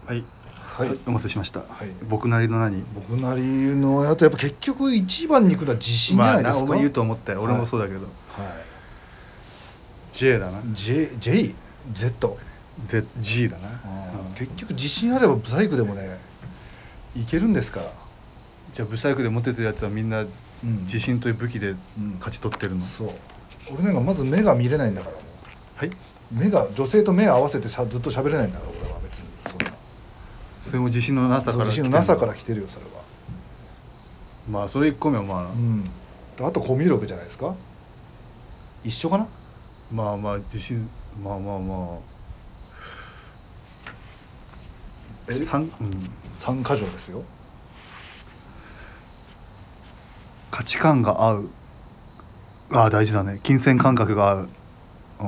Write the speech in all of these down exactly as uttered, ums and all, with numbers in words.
はい、 はい、 お待たせしました、 はい、 僕なりの何僕なりのやつやっぱ結局一番に来るのは自信じゃないですか。 まあなお前言うと思ったよ、俺もそうだけど、 はい、 J だな J、J、Z、 Z、G だな、 うん、結局自信あればブサイクでもねいけるんですから。 じゃあブサイクでモテてるやつはみんな自信という武器で勝ち取ってるの、うん、 そう。俺なんかまず目が見れないんだから。もうはい、 目が女性と目合わせてしゃずっと喋れないんだから俺は。別にそんなそれも自信のなさから来てる。 自信のなさから来てるよそれは。 まあそれいっこめはまあ、うん、 あとコミュ力じゃないですか。一緒かな。 まあまあ自信、まあまあまあえ三、うん、 三箇条ですよ。 価値観が合う、ああ大事だね。金銭感覚が合う、うん、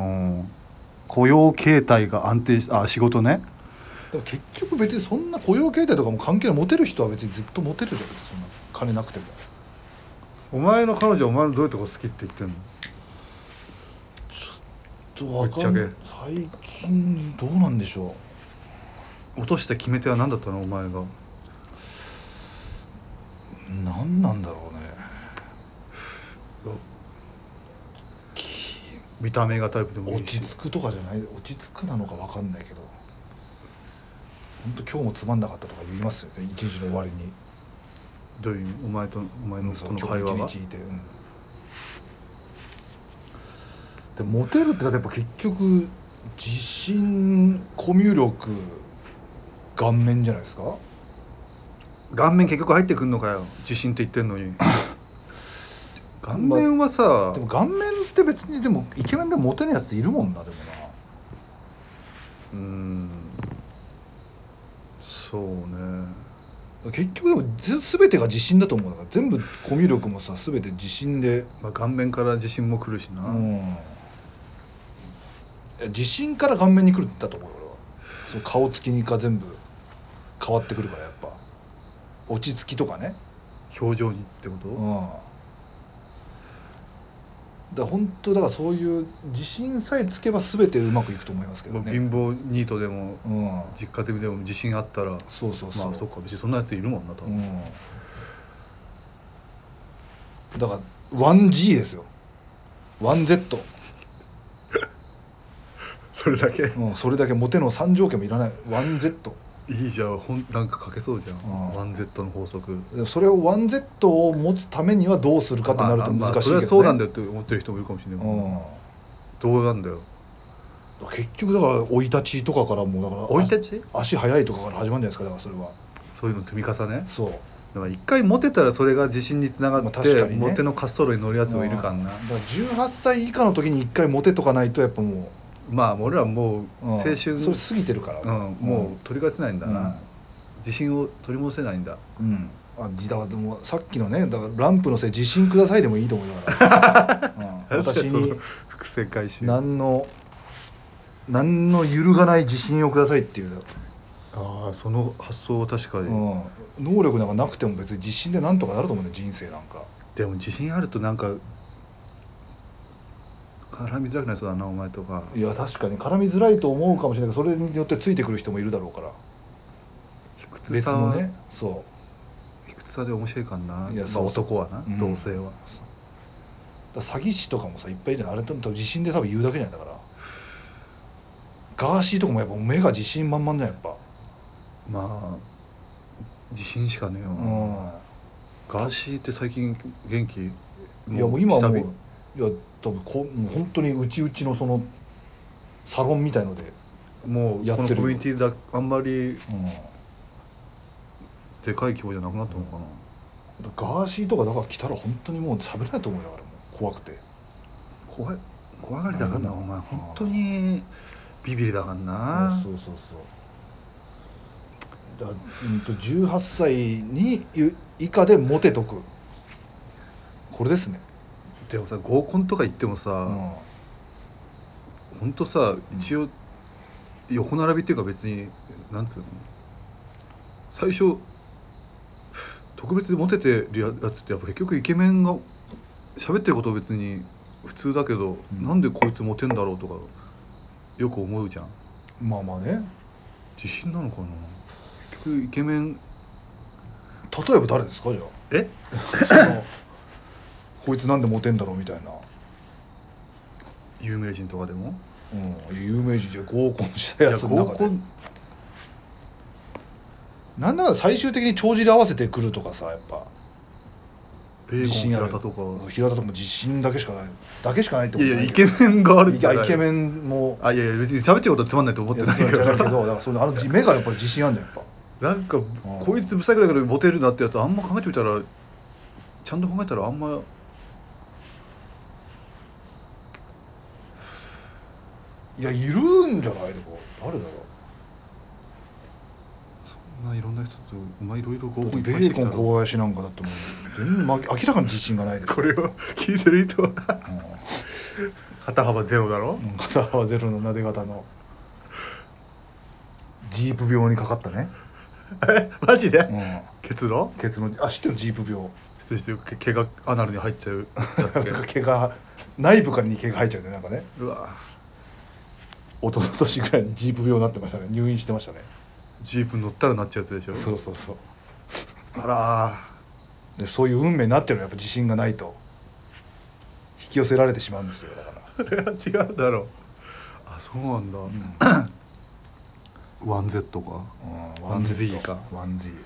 雇用形態が安定し、あ仕事ね。 でも結局別にそんな雇用形態とかも関係ない。モテる人は別にずっとモテるじゃん。そんな金なくても。 お前の彼女はお前のどういうとこ好きって言ってんの？ ちょっとわかんない。最近どうなんでしょう。落とした決め手は何だったのお前が。 何なんだろうね。 見た目がタイプでもいいし。 落ち着くとかじゃない。落ち着くなのか分かんないけど、本当今日もつまんなかったとか言いますよね、一日の終わりに。 どういうお前とお前のこの会話が、うん、 いて、うん、でモテるってやっぱ結局自信、コミュ力、顔面じゃないですか。 顔面結局入ってくんのかよ、自信って言ってんのに顔面はさ、まあ、 でも顔面って別にでもイケメンでもモテないやつっているもんな。でもな、 うーん、そうね。 結局でも全てが自信だと思う。だから全部コミュ力もさ全て自信で、 まあ、顔面から自信も来るしな、うん、 自信から顔面に来るんだと思うよ俺は。そう顔つきにか全部変わってくるから。やっぱ落ち着きとかね、 表情にってこと、うん、 だから本当だからそういう自信さえつけば全てうまくいくと思いますけどね。 貧乏ニートでも、うん、実家的でも自信あったら、 そうそうそう、 まあそっか、別にそんなやついるもんな多分、うん、 だから ワンジー ですよ。 ワンゼットそれだけ、 うん、それだけモテのさん条件もいらない。 ワンゼットいいじゃん。ほんなんか書けそうじゃん、うん、ワンゼット の法則。 それを ワンゼット を持つためにはどうするかってなると難しいけどね、まあまあ、それはそうなんだよって思ってる人もいるかもしれない、うん、どうなんだよ。 結局だから生い立ちとかからもうだから生い立ち足速いとかから始まるんじゃないですか。だからそれはそういうの積み重ね。 そうだから一回モテたらそれが自信につながって、まあ確かにね、モテの滑走路に乗るやつもいるからな、うん、だからじゅうはっさい以下の時に一回モテとかないとやっぱもうまあ俺らもう青春、うん、 それ過ぎてるから、 うん、もう取り返せないんだな、うん、自信を取り戻せないんだ、 うん、あだからでもさっきのね、だからランプのせい自信くださいでもいいと思うから、うん、私に伏線回収、 何の何の揺るがない自信をくださいっていう。 ああその発想は確かに、うん、 能力なんかなくても別に自信でなんとかなると思うんだよ人生なんか。 でも自信あるとなんか絡みづらくなりそうだなお前とか。 いや確かに絡みづらいと思うかもしれないけど、それによってついてくる人もいるだろうから。 卑屈さは別のね、 そう卑屈さで面白いかんな。 いや、 まあ、男はな、うん、同性はだ詐欺師とかもさいっぱいいるじゃん。あれ多分自信で多分言うだけじゃない。だからガーシーとかもやっぱ目が自信満々じゃんやっぱ。まあ自信しかねえよな、うん、ガーシーって最近元気？いやもう今はもういや多分こもう本当にうちうちのそのサロンみたいのでもうやってる。このコミュニティだあんまり、うん、でかい規模じゃなくなったのかな、 うん、ガーシーとかだから来たら本当にもう喋れないと思うよ。だからもう怖くて怖い怖がりだからなお前本当にビビりだからな。 そうそうそうだ、うんと、じゅうはっさいに以下でモテとく、これですね。 でもさ合コンとか行ってもさ、うん、ほんとさ一応横並びっていうか別になんつうの最初特別でモテてるやつってやっぱ結局イケメンが喋ってること別に普通だけど、うん、なんでこいつモテんだろうとかよく思うじゃん。 まあまあね。 自信なのかな。 局イケメン例えば誰ですかじゃあえそのこいつなんでモテんだろうみたいな、 有名人とかでもうん、有名人じゃ合コンしたやつの中で合コンなんなら最終的に帳尻合わせてくるとかさやっぱベーコン自信ある平田とか平田とかも自信だけしかないだけしかないってこいとないやいやイケメンがあるいやイケメンもあいやいや別に喋ってることはつまんないと思ってないけいやじゃないけどどだからそのあの目がやっぱり自信あるんだよやっぱなんかこいつブサイクだけどモテるなってやつあんま考えてみたらちゃんと考えたらあんまいやいるんじゃないのか誰だろそんないろんな人とお前いろいろ合うコンいっベーコンぱいしてきたろ小林なんかだってもう全然ま明らかに自信がないでこれを聞いてる人はうん肩幅ゼロだろうん肩幅ゼロのなで方のジープ病にかかったね、 えマジでうん、 ケツのケツのあ知ってるジープ病失礼してる毛がアナルに入っちゃうやつなんか毛が内部からに毛が入っちゃうんでなんかねうわ一昨年ぐらいにジープ病になってましたね入院してましたねジープ乗ったらなっちゃうやつでしょそうそうそうあらでそういう運命になってるのはやっぱ自信がないと引き寄せられてしまうんですよだからそれは違うだろうあそうなんだ、ワンゼットかうん、 ワンゼーかワンゼー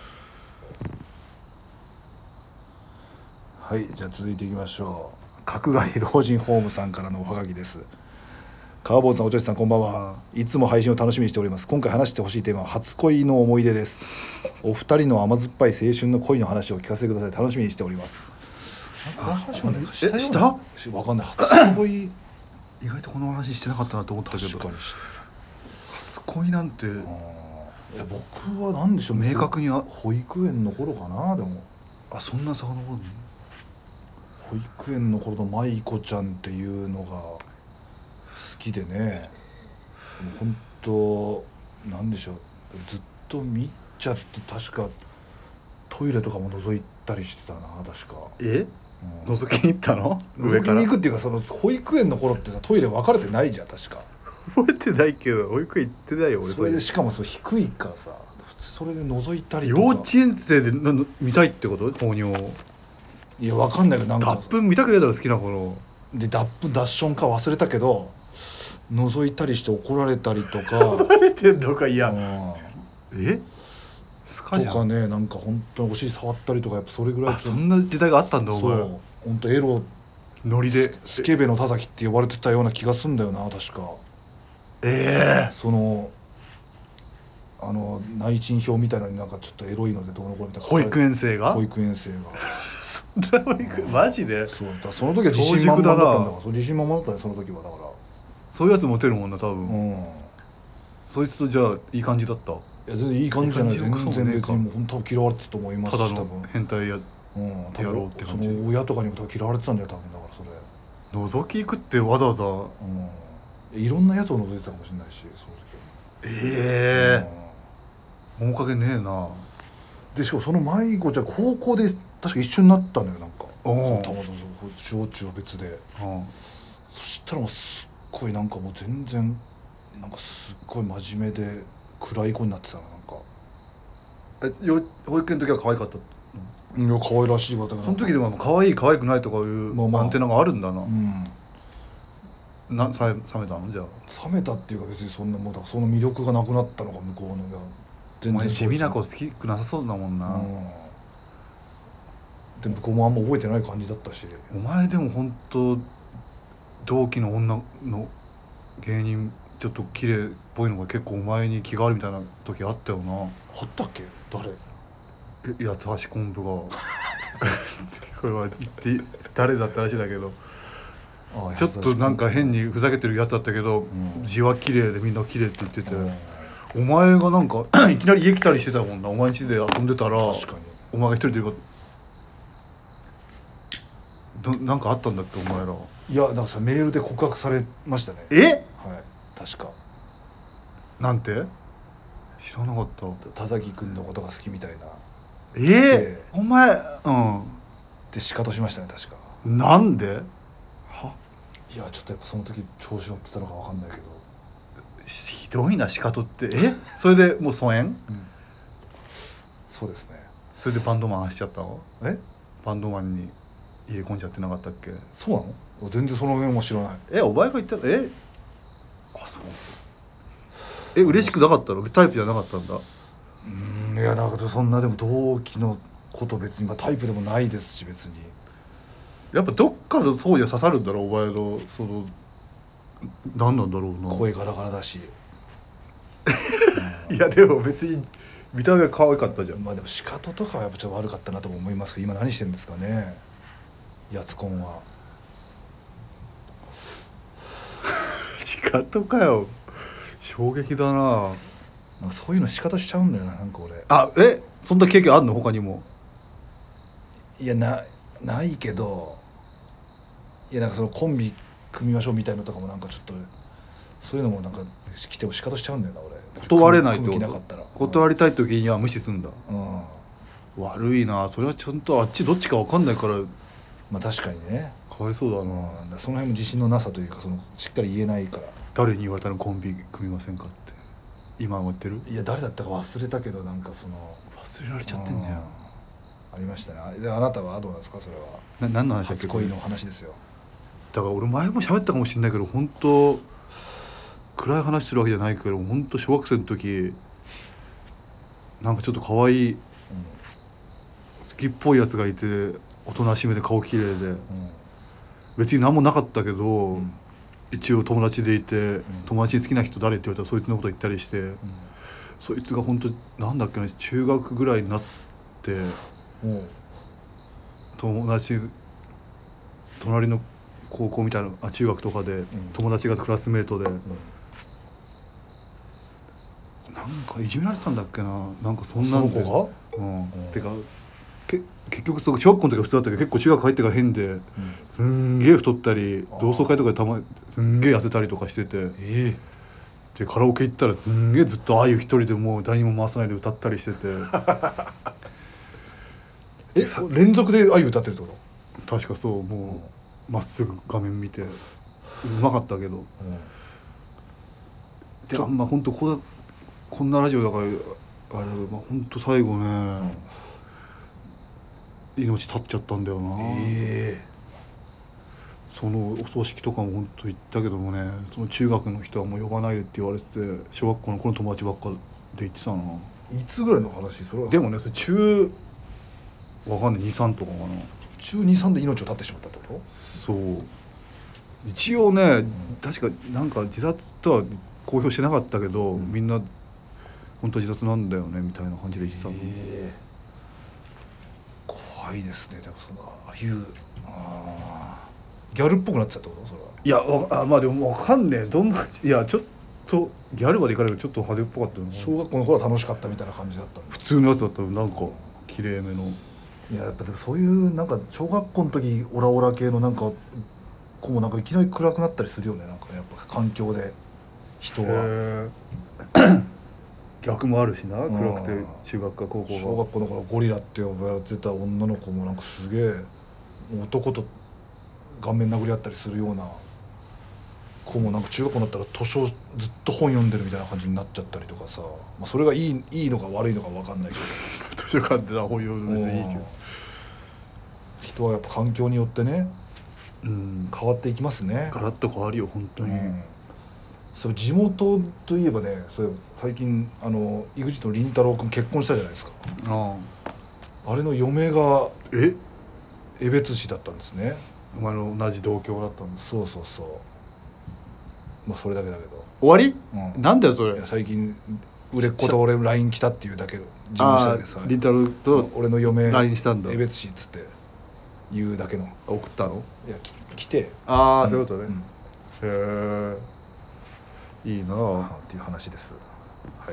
はいじゃあ続いていきましょう角刈り老人ホームさんからのおはがきです川坊主さんおちょしさんこんばんは。いつも配信を楽しみにしております。今回話してほしいテーマは初恋の思い出です。お二人の甘酸っぱい青春の恋の話を聞かせてください。楽しみにしております。この話はねえしたようなしたわかんない初恋意外とこの話してなかったなと思ったけど確かにし初恋なんていや僕は何でしょう明確にあ保育園の頃かなでもあそんな遡るの保育園の頃の舞子ちゃんっていうのが好きでね本当なんでしょうずっと見ちゃって確かトイレとかも覗いたりしてたな確か、 えうん、 覗きに行ったの上から覗きに行くっていうかその保育園の頃ってさトイレ分かれてないじゃん確か覚えてないけど保育園行ってないよ俺それでしかもそう低いからさ普通それで覗いたりとか幼稚園生でな見たいってこと放尿いや分かんないけどなんか脱粉見たくねえだろ好きな頃で脱粉脱ションか忘れたけど覗いたりして怒られたりとかバレてんのかいやうんえスカじゃんとかねなんか本当にお尻触ったりとかやっぱそれぐらいあそんな時代があったんだお前そう本当エロノリでスケベの田崎って呼ばれてたような気がすんだよな確かええそのあの内申票みたいなのになんかちょっとエロいのでどうのこうのみたいな保育園生が保育園生が保育園マジでそうだからその時は自信満々だったんだからそう自信満々だったねその時はだかそういうやつモテるもんな多ら分、 うんそいつとじゃあいい感じだったいや全然いい感じじゃないいい感じ全然別よくそうもねにもう本当嫌われてたと思いますただし多分の変態やうん多やろう分そって感じの親とかにも多分嫌われてたんだよ多分だからそれ覗き行くってわざわざうんいろんなやつを覗いてたかもしれないしその時えはえ面影ねえなうんでしかもその舞子ちゃん高校で確か一緒になったのよなんかおうそのたまたま小中は別でうんそしたらもうすっごいなんかもう全然なんかすっごい真面目で暗い子になってたのなんかえよ保育園の時は可愛かったいや可愛らしい子だったけどその時でも可愛い可愛くないとかいうまあまあアンテナがあるんだな、 うんなさ冷めたのじゃあ冷めたっていうか別にそんなもうだからその魅力がなくなったのか向こうのがお前地味な子そう好きくなさそうだもんな、 ですうんで向こうもあんま覚えてない感じだったしお前でも本当同期の女の芸人ちょっと綺麗っぽいのが結構お前に気があるみたいな時あったよなあったっけ誰え八つ橋昆布がこれは言って誰だったらしいだけどあちょっとなんか変にふざけてるやつだったけど、 うん字は綺麗でみんな綺麗って言ってて、 うんお前がなんかいきなり家来たりしてたもんなお前ん家で遊んでたら確かにお前が一人でいるかどなんかあったんだっけお前らいやだからさメールで告白されましたねえはい確かなんて知らなかった田崎君のことが好きみたいなえでー、お前うでシカトしましたね確かんなんではいやちょっとやっぱその時調子乗ってたのか分かんないけどひどいなシカトってえそれでもう疎遠うんそうですね。 それでバンドマンしちゃったの？ えバンドマンに入れ込んじゃってなかったっけ？ そうなの？全然その辺も知らない。 えお前が言ったえあそうえ嬉しくなかったの？タイプじゃなかったんだ。 うーんいやだけどそんなでも同期のこと別に、まあ、タイプでもないですし別にやっぱどっかの層には刺さるんだろお前のその何なんだろうな。 声ガラガラだしいやでも別に見た目は可愛かったじゃん。 まあでも仕方とかはやっぱちょっと悪かったなとも思いますけど今何してるんですかねやつこんは。 仕方かよ衝撃だな。 なんかそういうの仕方しちゃうんだよななんか俺。 あえそんな経験あんの他にも？ いやなないけどいやなんかそのコンビ組みましょうみたいのとかもなんかちょっとそういうのもなんか来ても仕方しちゃうんだよな俺。 断れないって組む気ことなかったら断りたい時には無視すんだ。 うん悪いなそれはちゃんとあっちどっちか分かんないからまあ確かにね、 かわいそうだな、 うん、だからその辺も自信のなさというかそのしっかり言えないから。 誰に言われたのコンビ組みませんかって今思ってる？ いや誰だったか忘れたけどなんかその忘れられちゃってんじゃん。 ありましたね。であなたはどうなんですかそれは。 な何の話だっけ？ 初恋の話ですよ。 だから俺前も喋ったかもしれないけど本当暗い話するわけじゃないけど本当小学生の時なんかちょっと可愛い好きっぽいやつがいておとなしめで顔綺麗で、 うんうん別に何もなかったけど、 うん、 一応友達でいて、 ん友達に好きな人誰って言われたらそいつのこと言ったりして、 うんそいつが本当なんだっけな中学ぐらいになってもう友達隣の高校みたいなあ中学とかで、うん、友達がクラスメートで、うん、なんかいじめられてたんだっけななんかそんなんでその子が、 うんうん、てかけ結局そう小学校の時は普通だったけど結構中学入ってから変で、うん、すんげえ太ったり同窓会とかでたますんげえ痩せたりとかしてて、えー、でカラオケ行ったらすんげえずっとああいう一人でもう誰にも回さないで歌ったりしててえ連続でああいう歌ってるってこと？確かそうもうまっすぐ画面見てうまかったけど、うん、であんま本当ここんなラジオだからあれ、まあ、本当最後ね、うん命絶っちゃったんだよな、えー、そのお葬式とかも本当言ったけどもねその中学の人はもう呼ばないでって言われてて小学校の頃の友達ばっかで言ってたな。 いつぐらいの話それは？ でもねそれ中わかんないにさんとかかな。 中にさんで命を絶ってしまったってこと？ そう一応ね、うん、確かなんか自殺とは公表してなかったけど、うん、みんな本当自殺なんだよねみたいな感じで言ってたの、えー怖いですね。でもそのああいうあギャルっぽくなってたってことそれは？ いやあまあでも分かんねえどんないやちょっとギャルまでいかないけどちょっと派手っぽかったよね。 小学校の頃は楽しかったみたいな感じだった普通のやつだったらなんか綺麗めの。 いややっぱでもそういうなんか小学校の時オラオラ系のなんか子もなんかいきなり暗くなったりするよねなんかねやっぱ環境で人は逆もあるしな暗くて中学か高校が小学校の頃ゴリラって呼ばれてた女の子もなんかすげえ男と顔面殴り合ったりするような子もなんか中学校になったら図書ずっと本読んでるみたいな感じになっちゃったりとかさ、まあ、それがいい、いいのか悪いのか分かんないけど図書館で本読むの別にいいけど人はやっぱ環境によってね、うん、変わっていきますね。 ガラッと変わるよ本当に、うん、 そう地元といえばねそう最近あの イグジット のりんたろーくん結婚したじゃないですか。ああ、あれの嫁がえ江別市だったんですね。 お前の同じ同郷だったんです。 そうそうそうまあそれだけだけど終わり、うん、なんだよそれ。 いや最近売れっ子と俺 ライン 来たっていうだけ自分しただけさりんたろーと俺の嫁ライン したんだ江別市っつって言うだけの送ったの。 いや来てああ、うん、そういうことね、うん、へえいいなあっていう話です。はい。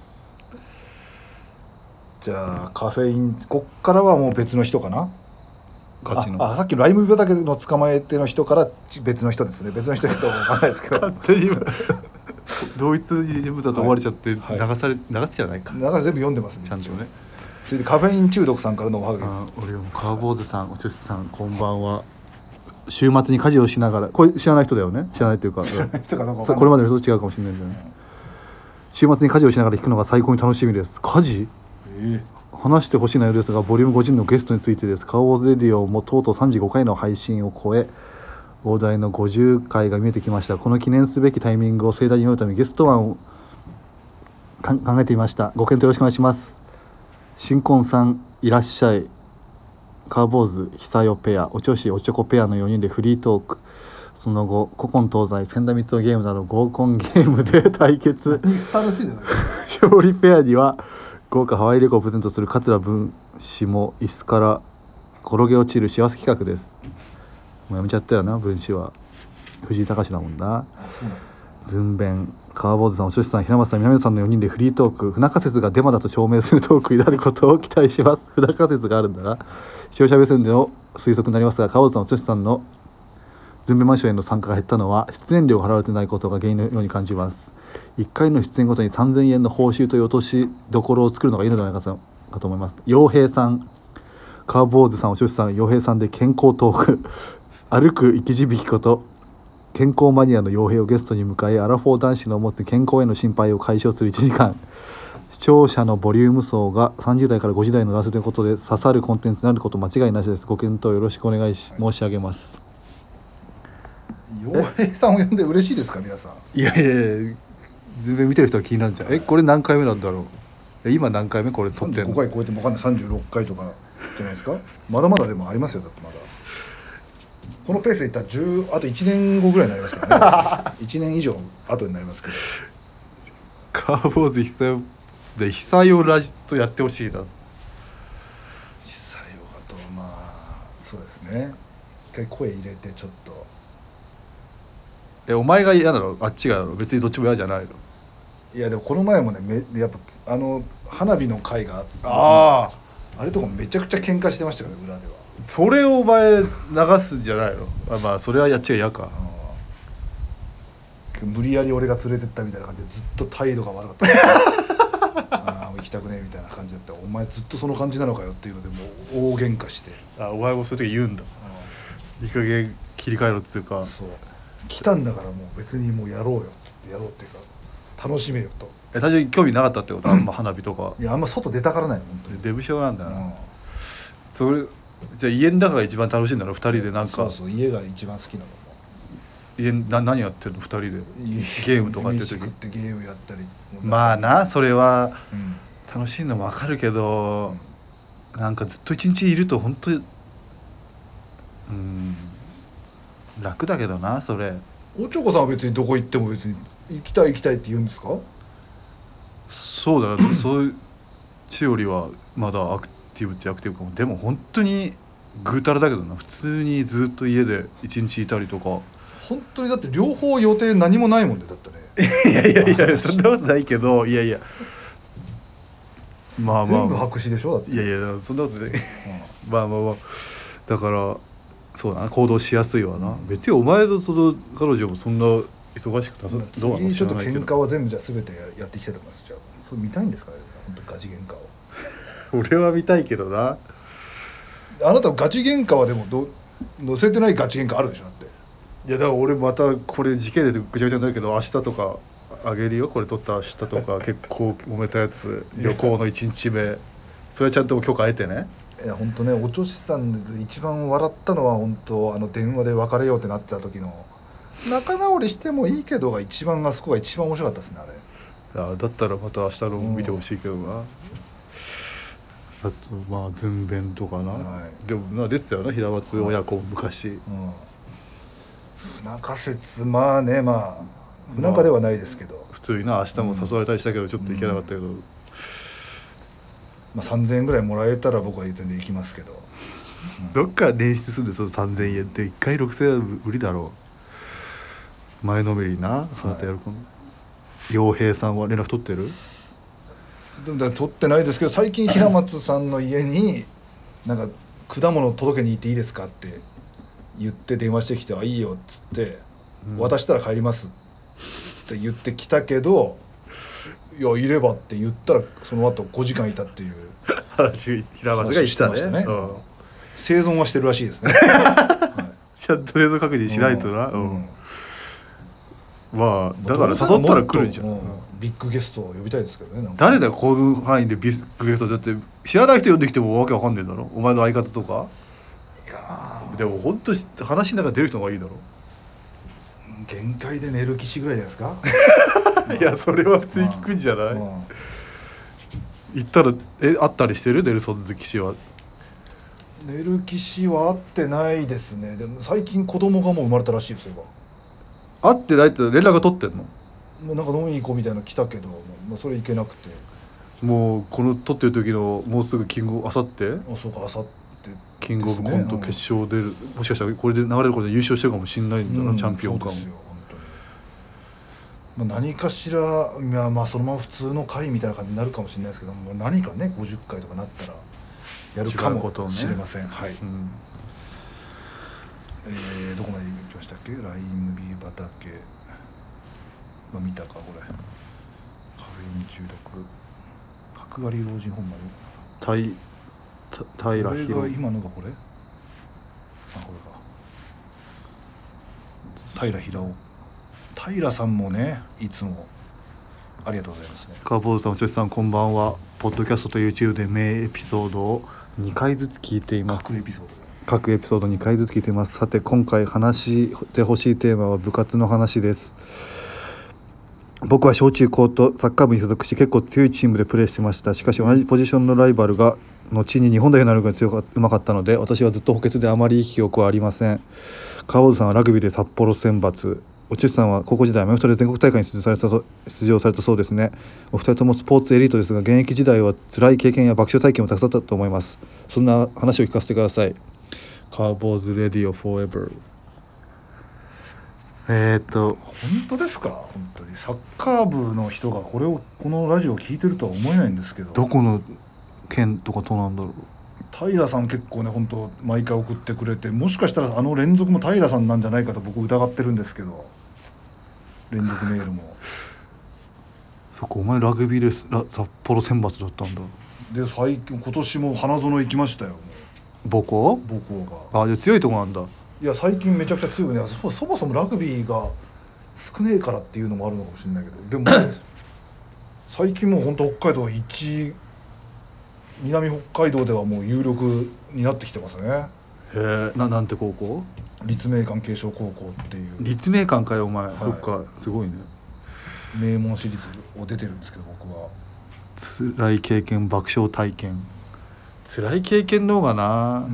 じゃあカフェインこっからはもう別の人かな。 ガチのあ, あさっきのライム畑の捕まえての人から別の人ですね。別の人かどうか分かんないですけど勝手に同一人物だと思われちゃって流され、はい、流すじゃないか。 流す全部読んでますねちゃんとね。 続いてカフェイン中毒さんからのおはがきです。 俺もカーボーズさんおちょしさんこんばんは。週末に家事をしながらこれ知らない人だよね。知らないというか知らない人かどうか分かんない。 これまでの人と違うかもしれないんだよね、うん、週末に家事をしながら聞くのが最高に楽しみです。家事、えー、 話してほしい内容ですが、ボリュームごじゅうのゲストについてです。カーボーズレディオもとうとうさんじゅうごかいの配信を超え、大台のごじゅっかいが見えてきました。この記念すべきタイミングを盛大に祝うためにゲスト案を考えてみました。ご検討よろしくお願いします。新婚さんいらっしゃい、カーボーズ久代ペア、お調子おちょこペアのよにんでフリートーク、その後古今東西千田光雄ゲームなど合コンゲームで対決楽しいじゃない勝利ペアには豪華ハワイ旅行をプレゼントする桂文氏も椅子から転げ落ちる幸せ企画です。もうやめちゃったよな、文氏は藤井隆だもんな。ズンベン、カーボーズさん、おちょしさん、平松さん、南野さんのよにんでフリートーク、不仲説がデマだと証明するトークになることを期待します。不仲説があるんだな。視聴者目線での推測になりますが、カーボーズさん、おちょしさんのズンベンマンションへの参加が減ったのは出演料が払われてないことが原因のように感じます。いっかいの出演ごとにさんぜんえんの報酬という落としどころを作るのがいいのではないかと思います。陽平さん、カーボーズさん、おちょしさん、陽平さんで健康トーク歩く生き字引こと健康マニアの陽平をゲストに迎え、アラフォー男子の持つ健康への心配を解消するいちじかん、視聴者のボリューム層がさんじゅうだいからごじゅうだいの男性ということで刺さるコンテンツになること間違いなしです。ご検討よろしくお願いし申し上げます。 陽平さんを呼んで嬉しいですか皆さん。 いやいやいや、全然見てる人は気になるんじゃん。えこれ何回目なんだろう。え今何回目これ撮ってんの。 さんじゅうごかい超えても分かんないさんじゅうろっかいとかじゃないですか。まだまだでもありますよ。だってまだこのペースでいったらじゅうあといちねんごぐらいになりますからねいちねん以上後になりますけど、 カーボーズ久代で久代ラジとやってほしいな。 久代とまあそうですね、一回声入れてちょっと。 えお前が嫌なのあっちがなの。別にどっちも嫌じゃないの。 いやでもこの前もねめやっぱあの花火の会があって、 ああれとかめちゃくちゃ喧嘩してましたから、ね、裏では。 それをお前流すんじゃないの。あまあそれはやっちゃ嫌か。 無理やり俺が連れてったみたいな感じでずっと態度が悪かったああ行きたくねえみたいな感じだった。お前ずっとその感じなのかよっていうのでもう大喧嘩して、 あお前もそういう時言うんだ。いい加減切り替えろっつうか。 そう来たんだからもう別にもうやろうよっつってやろうっていうか楽しめよと。 え単純に興味なかったってこと。あんま花火とかいやあんま外出たからないの本当に。 デブ症なんだよな、 うんそれじゃあ家の中が一番楽しいんだろふたりで。なんかそうそう家が一番好きなのも家な何やってるのふたりで。ゲームとかやってる時飯食ってゲームやったり。 まあなそれはうん楽しいのもわかるけど、なんかずっと一日いると本当にうん楽だけどなそれ。 おちょこさんは別にどこ行っても別に行きたい行きたいって言うんですか。 そうだなそういうチよりはまだアクティブっちゃアクティブかも。でも本当にぐうたらだけどな。普通にずっと家で一日いたりとか。 本当にだって両方予定何もないもんねだったねいやいやいやそんなことないけど、いやいやまあまあ、 全部白紙でしょだって。 いやいやそんなことないまあまあまあだからそうだな行動しやすいわな、うん、別にお前とその彼女もそんな忙しくなさどうなの次ちょっと知らないけど喧嘩は全部じゃあ全てやっていきたいと思います。じゃあそれ見たいんですかね本当にガチ喧嘩を。 俺は見たいけどな。 あなたガチ喧嘩はでもど載せてないガチ喧嘩あるでしょだって。 いやだから俺またこれ時系列ぐちゃぐちゃになるけど明日とかあげるよ。これ撮った明日とか結構揉めたやつ旅行のいちにちめそれはちゃんと許可得てね。 いや本当ねおちょしさんで一番笑ったのは本当あの電話で別れようってなってた時の仲直りしてもいいけどが一番あそこが一番面白かったですねあれ。 いやだったらまた明日の見てほしいけどな、うん、あとまあ全弁とかな、はい、でもな出てたよな平松親子昔、はい、うん、 不仲説まあねまあ不仲ではないですけど、まあ、普通にな明日も誘われたりしたけどちょっと行けなかったけど、うんまあ、さんぜんえんぐらいもらえたら僕は全然行きますけど、 うん、どっから捻出するんでそのさんぜんえんっていっかいろくせんえんは無理だろう。前のめりなそうやってやるかも。陽平さんは連絡取ってる？ でもだ取ってないですけど最近平松さんの家になんか果物届けに行っていいですかって言って電話してきてあいいよっつって、うん、渡したら帰りますって言ってきたけどいやいればって言ったらその後ごじかんいたっていう話平松が言ってたね。 してましたね、うん、生存はしてるらしいですね、 はい、ちゃんと生存確認しないとな、うんうん、まあだから誘ったら来るんじゃん、うん、 ビッグゲストを呼びたいですけどね。なんか誰だよこの範囲でビッグゲストだって。知らない人呼んできてもわけわかんねえだろ。お前の相方とか。 いやでもほんと話の中出る人がいいだろ。 限界で寝る騎士ぐらいじゃないですかいやそれは普通に聞くんじゃない、 まあまあ言ったらえ会ったりしてるネルソンズ騎士は。 寝る騎士は会ってないですね。でも最近子供がもう生まれたらしいですよ。 会ってないって連絡取ってんの？ もうなんか飲みに行こうみたいなの来たけど、まあ、それ行けなくて。 もうこの撮ってる時のもうすぐキングあさってあそうかあさってキングオブコント決勝で、うん、もしかしたらこれで流れることで優勝してるかもしれないんだな、うん、チャンピオン感も。そうですよ本当に、まあ、何かしらいやまあそのまま普通の回みたいな感じになるかもしれないですけども、何かねごじゅっかいとかなったらやるかもしれません、ね、はい、うん、えー、どこまで行きましたっけ。ライ麦畑、まあ、見たかこれカフェイン中毒角刈り老人ホンマよたいた平これが今のがこれあこれか平平尾平さんもねいつもありがとうございますね。 カーボーズさんおしょしさんこんばんは。ポッドキャストと YouTube で名エピソードをにかいずつ聞いています。 各エピソード各エピソードにかいずつ聞いています。さて今回話してほしいテーマは部活の話です。僕は小中高とサッカー部に所属し結構強いチームでプレーしてました。しかし同じポジションのライバルが後に日本代表になるぐらい強かうまかったので私はずっと補欠であまりいい記憶はありません。川尾さんはラグビーで札幌選抜、おちゅさんは高校時代アメフトで全国大会に出場された出場されたそうですね。お二人ともスポーツエリートですが現役時代は辛い経験や爆笑体験もたくさんあったと思います。そんな話を聞かせてください。カーボーズレディオフォーエバー。えー、っと本当ですか。本当にサッカー部の人がこれをこのラジオを聞いてるとは思えないんですけど、 どこの県とか都なんだろう。 平さん結構ね本当毎回送ってくれて、もしかしたらあの連続も平さんなんじゃないかと僕疑ってるんですけど、連続メールもそっかお前ラグビーで札幌選抜だったんだ。 で最近今年も花園行きましたよ。もう母校母校があじゃ強いとこなんだ。いや最近めちゃくちゃ強いね。 そ, そもそもラグビーが少ねえからっていうのもあるのかもしれないけど、でも最近もう本当北海道一南北海道ではもう有力になってきてますね。 へえ な, なんて高校？ 立命館慶祥高校っていう。 立命館かよお前、はい、どっかすごいね。 名門私立を出てるんですけど僕は。 辛い経験爆笑体験辛い経験の方がな、うん、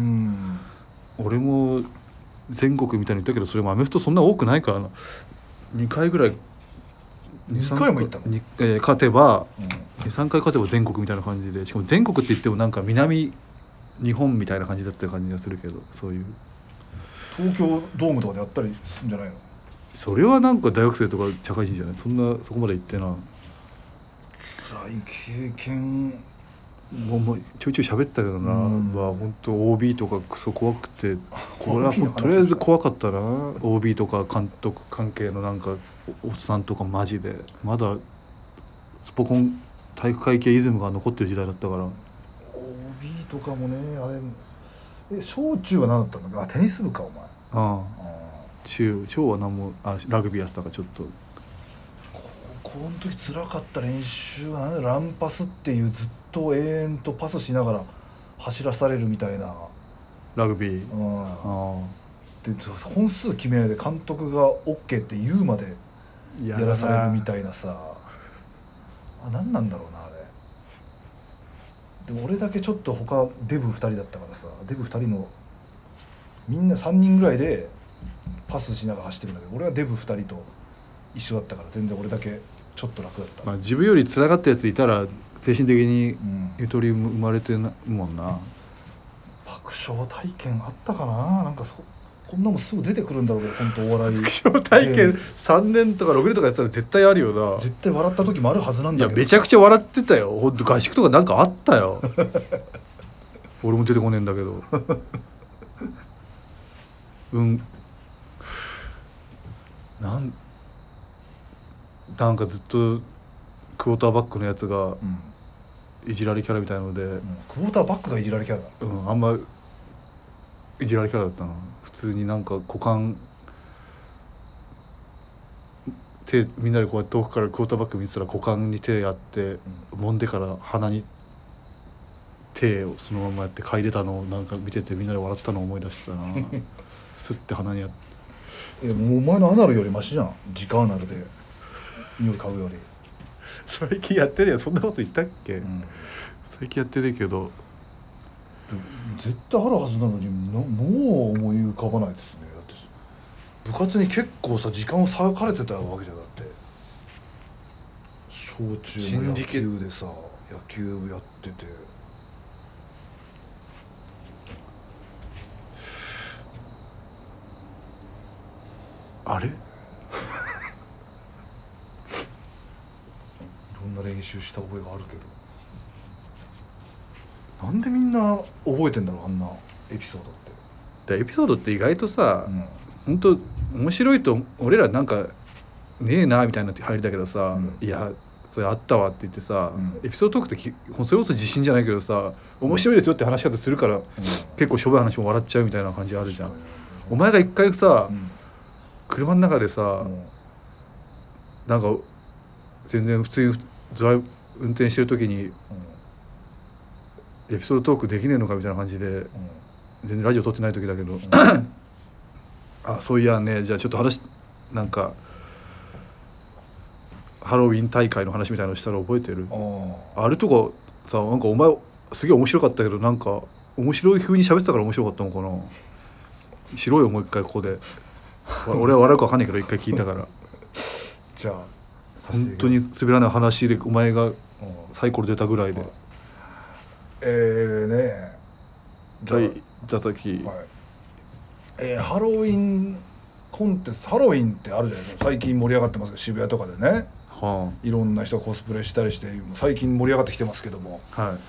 俺も全国みたいに言ったけどそれもアメフトそんな多くないからな。にかいぐらいにかいも行ったのに、えー、勝てば、うん、にさんかい勝てば全国みたいな感じで、しかも全国って言ってもなんか南日本みたいな感じだった感じがするけど、そういう東京ドームとかでやったりするんじゃないの。 それはなんか大学生とか社会人じゃない、そんなそこまで行ってな。 辛い経験もうもうちょいちょい喋ってたけどな、まあ本当 オービー とかクソ怖くて、これはとりあえず怖かったな。 オービー とか監督関係のなんかおっさんとかマジでまだスポコン体育会系イズムが残ってる時代だったから。 オービー とかもねあれえ小中は何だったんだ。あテニス部かお前。ああ中小は何もあラグビーやってたからちょっと。 高校の時辛かった練習は何ランパスっていうずっと永遠とパスしながら走らされるみたいなラグビー、うん、 あで本数決めないで監督が OK って言うまでやらされるみたいなさあ何なんだろうなあれ。でも俺だけちょっと他デブふたりだったからさ、デブふたりのみんなさんにんぐらいでパスしながら走ってるんだけど、俺はデブふたりと一緒だったから全然俺だけちょっと楽だった。 まあ、自分より辛がったやついたら精神的にゆとり生まれてなもんな、うん、 爆笑体験あったかな。なんかそこんなもんすぐ出てくるんだろうけど本当お笑い爆笑体験さんねんとかろくねんとかやってたら絶対あるよな。 絶対笑った時もあるはずなんだけど。 いやめちゃくちゃ笑ってたよ本当。合宿とかなんかあったよ俺も出てこねえんだけどうんなんなんかずっとクォーターバックのやつがいじられキャラみたいなので、うん、 クォーターバックがいじられキャラだ、 うん、あんまいじられキャラだったな。普通になんか股間手みんなでこうやって遠くからクォーターバック見てたら股間に手やって、うん、揉んでから鼻に手をそのままやって嗅いでたのをなんか見ててみんなで笑ったのを思い出したなスッて鼻にやってえもうお前のアナルよりマシじゃん直アナルで匂い嗅ぐより最近やってねえそんなこと言ったっけ、うん、最近やってねえけど絶対あるはずなのにもう思い浮かばないですね。だって部活に結構さ時間を割かれてたわけじゃん。だって小中の野球でさ野球やっててあれいろんな練習した覚えがあるけどなんでみんな覚えてんだろうあんなエピソードって。 エピソードって意外とさ、うん、ほんと面白いと俺らなんかねえなみたいな入りだけどさ、うん、いやそれあったわって言ってさ、うん、エピソードトークってそれこそ自信じゃないけどさ面白いですよって話し方するから、うん、結構しょぼい話も笑っちゃうみたいな感じあるじゃん、うん、お前が一回さ、うん、車の中でさ、うん、なんか全然普通にドライブ運転してる時に、うん、エピソードトークできねえのかみたいな感じで、うん、全然ラジオ撮ってない時だけど、うん、あそういやねじゃあちょっと話なんかハロウィン大会の話みたいなのしたら覚えてる？ あ, あれとかさなんかお前すげえ面白かったけどなんか面白い風に喋ってたから面白かったのかな。しろよもう一回ここで俺は笑うか分かんないけど一回聞いたからじゃあ本当に滑らない話でお前がサイコロ出たぐらいで、うん、 えーねじゃあじゃあ先、 はいえー、ハロウィンコンテストハロウィンってあるじゃないですか最近盛り上がってますけど渋谷とかでね、はあ、いろんな人がコスプレしたりして最近盛り上がってきてますけども、はい、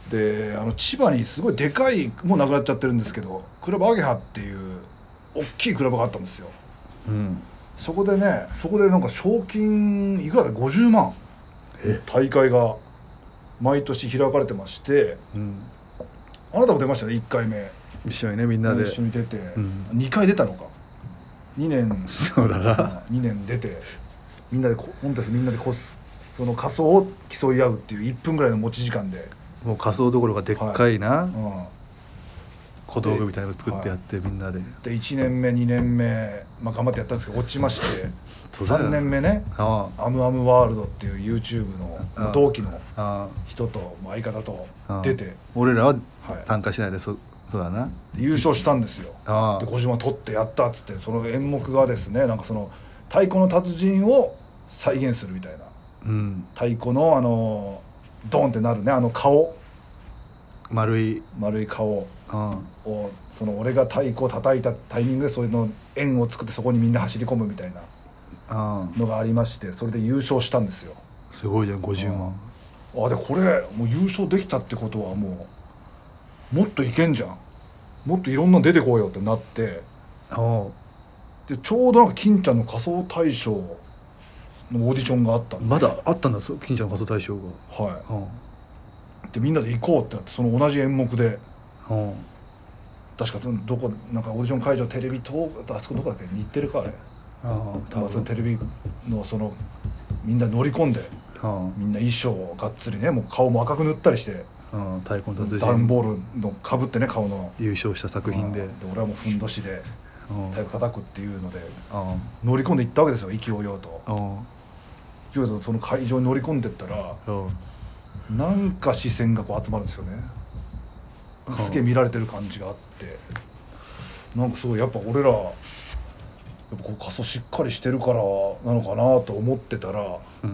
であの千葉にすごいでかいもうなくなっちゃってるんですけどクラブアゲハっていう大きいクラブがあったんですよ、うん、そこでねそこでなんか賞金いくらだごじゅうまん大会が毎年開かれてまして、うん、あなたも出ましたねいっかいめ一緒にねみんなで一緒に出て、うん、にかい出たのかにねんそうだなにねん出てみんなでコンテストみんなでこその仮装を競い合うっていういっぷんぐらいの持ち時間でもう仮装どころかでっかいな、はいうん、小道具みたいなの作ってやって、はい、みんなででいちねんめにねんめ、まあ、頑張ってやったんですけど落ちましてさんねんめねああアムアムワールドっていう YouTube の同期の人と相方と出て俺らは参加しないで、はい、そ, そうだな優勝したんですよでごじゅうまん取ってやったっつってその演目がですねなんかその太鼓の達人を再現するみたいな、うん、太鼓のあのドンってなるねあの顔丸い丸い顔をその俺が太鼓を叩いたタイミングでそういうの円を作ってそこにみんな走り込むみたいなのがありましてそれで優勝したんですよ。 すごいじゃんごじゅうまん。 あでこれもう優勝できたってことはもうもっといけんじゃんもっといろんなの出てこうよってなってあでちょうどなんか金ちゃんの仮装大賞のオーディションがあったんでまだあったんだ金ちゃんの仮装大賞がはい、はあ、でみんなで行こうってなってその同じ演目で、はあ、確かどこなんかオーディション会場テレビ塔あそこどこだっけ日テレかあれああ多分そのテレビのそのみんな乗り込んで、はあ、みんな衣装をがっつりねもう顔も赤く塗ったりしてああ太鼓の達人段ボールのかぶってね顔の優勝した作品で、で俺はもうふんどしで太鼓叩くっていうので乗り込んでいったわけですよ意気揚々と勢いとその会場に乗り込んでったらなんか視線がこう集まるんですよねすげえ見られてる感じがあってなんかすごいやっぱ俺らやっぱこう仮装しっかりしてるからなのかなと思ってたら、うん、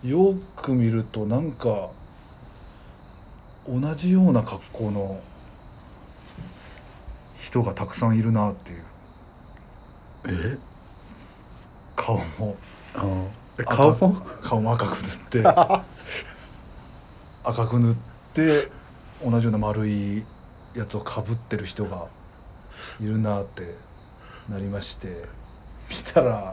よく見るとなんか同じような格好の人がたくさんいるなっていうえ顔もあ顔も顔も赤く塗って赤く塗って同じような丸いやつをかぶってる人がいるなってなりまして見たら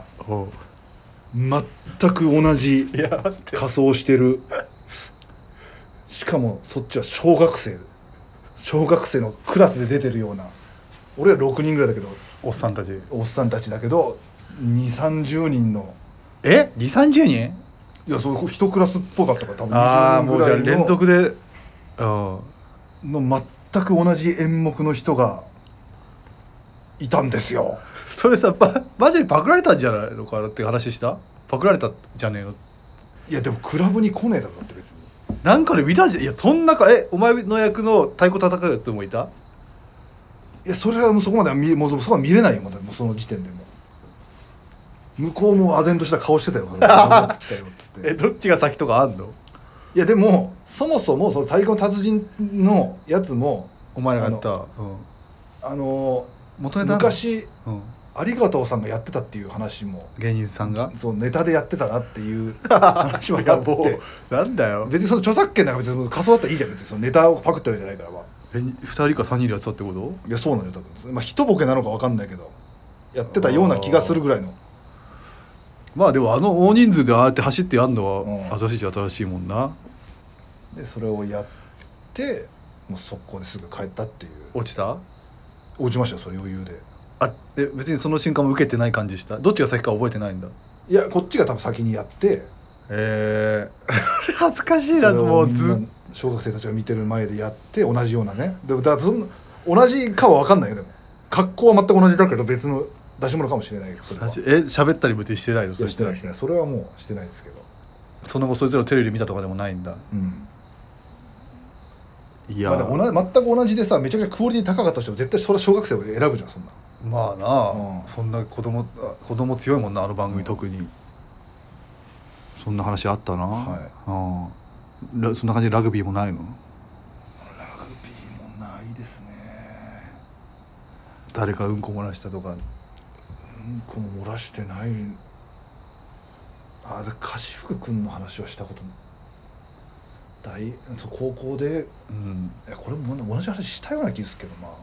全く同じ仮装してるしかもそっちは小学生小学生のクラスで出てるような俺はろくにんぐらいだけどおっさんたちおっさんたちだけどにじゅうさんじゅうにんのえにじゅうさんじゅうにんいやそう一クラスっぽかったから多分ああにじゅもうじゃあ連うにんぐらいの続でうんの全く同じ演目の人がいたんですよ。 それさばマジでパクられたんじゃないのかなって話したパクられたじゃねえのいやでもクラブに来ねえだろだって別に。 なんかで見たんじゃいやそんなかえお前の役の太鼓叩くやつもいたいやそれはもうそこまでは見もうそこは見れないよまだもうその時点でも向こうも唖然とした顔してたよ来たよっつってえどっちが先とかあんのいやでもそもそもその太鼓の達人のやつもお前らがやったうんあの元ネタあんの昔うんありがとうさんがやってたっていう話も芸人さんがそうネタでやってたなっていう話もあっいやもてうなんだよ別にその著作権なんか別に仮想だったらいいじゃん別にそのネタをパクってるわけじゃないからはえふたりかさんにんでやってたってこといやそうなんだよ多分まあ一ボケなのか分かんないけどやってたような気がするぐらいのまあでもあの大人数でああやって走ってやんのうんは新しいっちゃ新しいもんなでそれをやってもう速攻ですぐ帰ったっていう落ちた落ちましたよそれ余裕であえ別にその瞬間も受けてない感じしたどっちが先か覚えてないんだいやこっちが多分先にやってえー、恥ずかしいなそれをもうずっみんな小学生たちが見てる前でやって同じようなねでもだからそんな同じかは分かんないよでも格好は全く同じだけど別の出し物かもしれないけどそれはえ喋ったり別にしてないのいやしてないしてないそれはもうしてないですけどその後そいつらをテレビで見たとかでもないんだうんいや、 まあ、でも同じ全く同じでさめちゃくちゃクオリティ高かった人も絶対それは小学生を選ぶじゃんそんなまあなあ、 うんそんな子供あ子供強いもんなあの番組特に、そんな話あったな、 はうん、ラそんな感じでラグビーもないのラグビーもないですね誰かうんこ漏らしたとかうんこも漏らしてないあで貸福君の話はしたこと大そう高校でうんいやこれも同じ話したような気ですけどまあ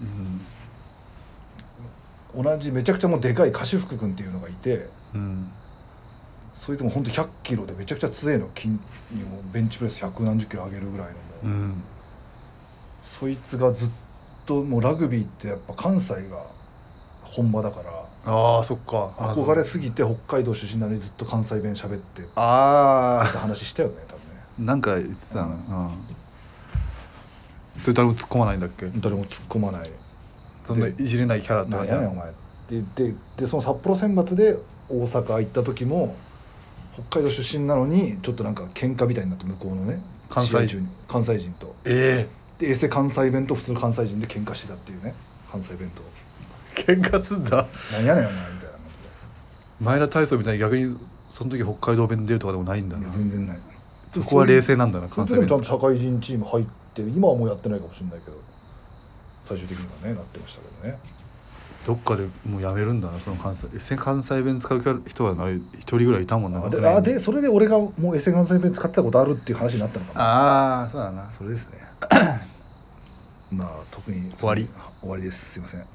うん同じめちゃくちゃもうでかい貸福君っていうのがいてうんそいつもほんとひゃっキロでめちゃくちゃ強いの筋にもベンチプレス百何十キロ上げるぐらいのもう、 うんそいつがずっともうラグビーってやっぱ関西が本場だからああそっか憧れすぎて北海道出身なのにずっと関西弁喋ってってあ話したよね多分ねあなんか言ってたな、うん、それ誰も突っ込まないんだっけ誰も突っ込まないそんないじれないキャラってなん感じなのやねんお前って言ってでその札幌選抜で大阪行った時も北海道出身なのにちょっとなんか喧嘩みたいになって向こうのね関西試合中に関西人とえでエセ関西弁と普通の関西人で喧嘩してたっていうね関西弁とえー、喧嘩すんだなんやねんお前みたいな前田大壮みたいに逆にその時北海道弁出るとかでもないんだいなや全然ないそこは冷静なんだなそいつでも関西弁ちゃんと社会人チーム入って今はもうやってないかもしれないけど最終的にはねなってましたけどねどっかでもうやめるんだなその関西エセ関西弁使う人はない一人ぐらいいたもんなあであでそれで俺がもうエセ関西弁使ってたことあるっていう話になったのかなああそうだなそれですねまあ特に終わり終わりですすいません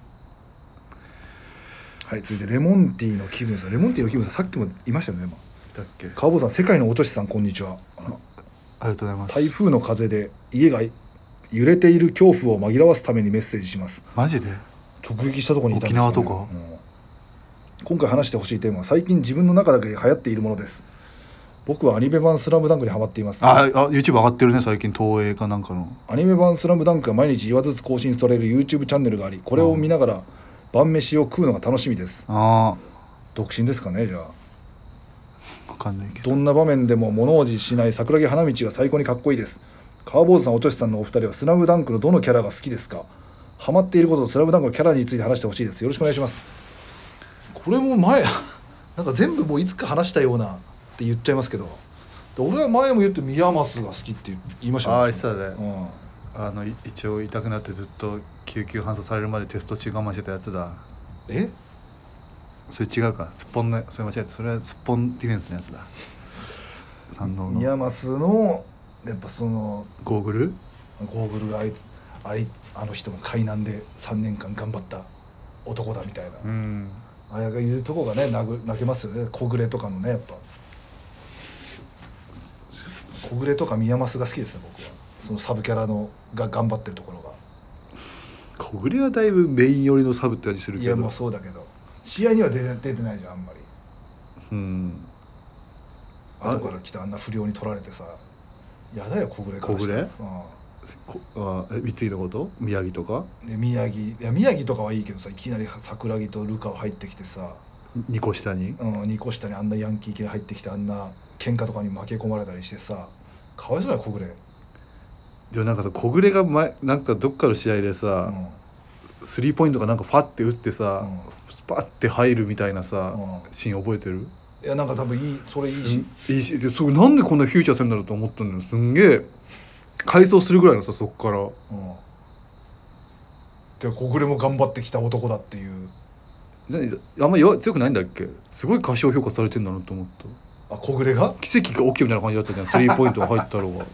はい続いてレモンティーの気分さんレモンティーの気分さんさっきも言いましたよね今だっけ川坊さん世界のおとしさんこんにちはあのありがとうございます台風の風で家が揺れている恐怖を紛らわすためにメッセージしますマジで直撃したところにいたんですよ、ね、 沖縄とかうん今回話してほしいテーマは最近自分の中だけで流行っているものです僕はアニメ版スラムダンクにハマっていますああ YouTube 上がってるね最近東映かなんかのアニメ版スラムダンクが毎日いちわずつ更新される YouTube チャンネルがありこれを見ながら晩飯を食うのが楽しみですあ独身ですかねじゃああ分かんないけどどんな場面でも物おじしない桜木花道が最高にかっこいいです川坊主さんおとしさんのお二人はスラムダンクのどのキャラが好きですかハマっていることとスラムダンクのキャラについて話してほしいですよろしくお願いしますこれも前なんか全部もういつか話したようなって言っちゃいますけど俺は前も言って宮益が好きって言いましたああ言ってたね、 うん、 あのい一応痛くなってずっと救急搬送されるまでテスト中我慢してたやつだえそれ違うかすっぽんのそれ間違えたそれはすっぽんディフェンスのやつだ三能の宮益のやっぱそのゴーグルゴーグルがあいつあいあの人も海難でさんねんかん頑張った男だみたいな、 うんあれがいるとこがね泣く泣けますよね小暮とかのねやっぱ小暮とか宮益が好きですね僕はそのサブキャラのが頑張ってるところが小暮はだいぶメイン寄りのサブって感じするけどいやもうそうだけど試合には出て出てないじゃんあんまり。 うん後から来たあんな不良に取られてさ、やだよ小暮からしたら。 小こあえ三井のこと、宮城とかうん、で宮城いや宮城とかはいいけどさ、いきなり桜木とルカ入ってきてさ、 にこ下に、 うん、にこ下にあんなヤンキーいきなり入ってきて、あんな喧嘩とかに負け込まれたりしてさ、かわいそうだよ小暮。 でもなんかさ小暮が前なんかどっかの試合でさ、 うん、 スリーポイントがなんかファッて打ってさ、 うんスパッて入るみたいなさ、 うんシーン覚えてる？ いやなんか多分いい、それいいし、 いいし、でそれなんでこんなフューチャーするんだろうと思ったんだよ。すんげえ改装するぐらいのさ、そっから。 うん、で小暮も頑張ってきた男だっていう。 何あんま弱強くないんだっけ？すごい過小評価されてんだなと思った。 あ小暮が奇跡が起きたみたいな感じだったじゃん、スリーポイントが入ったろうが。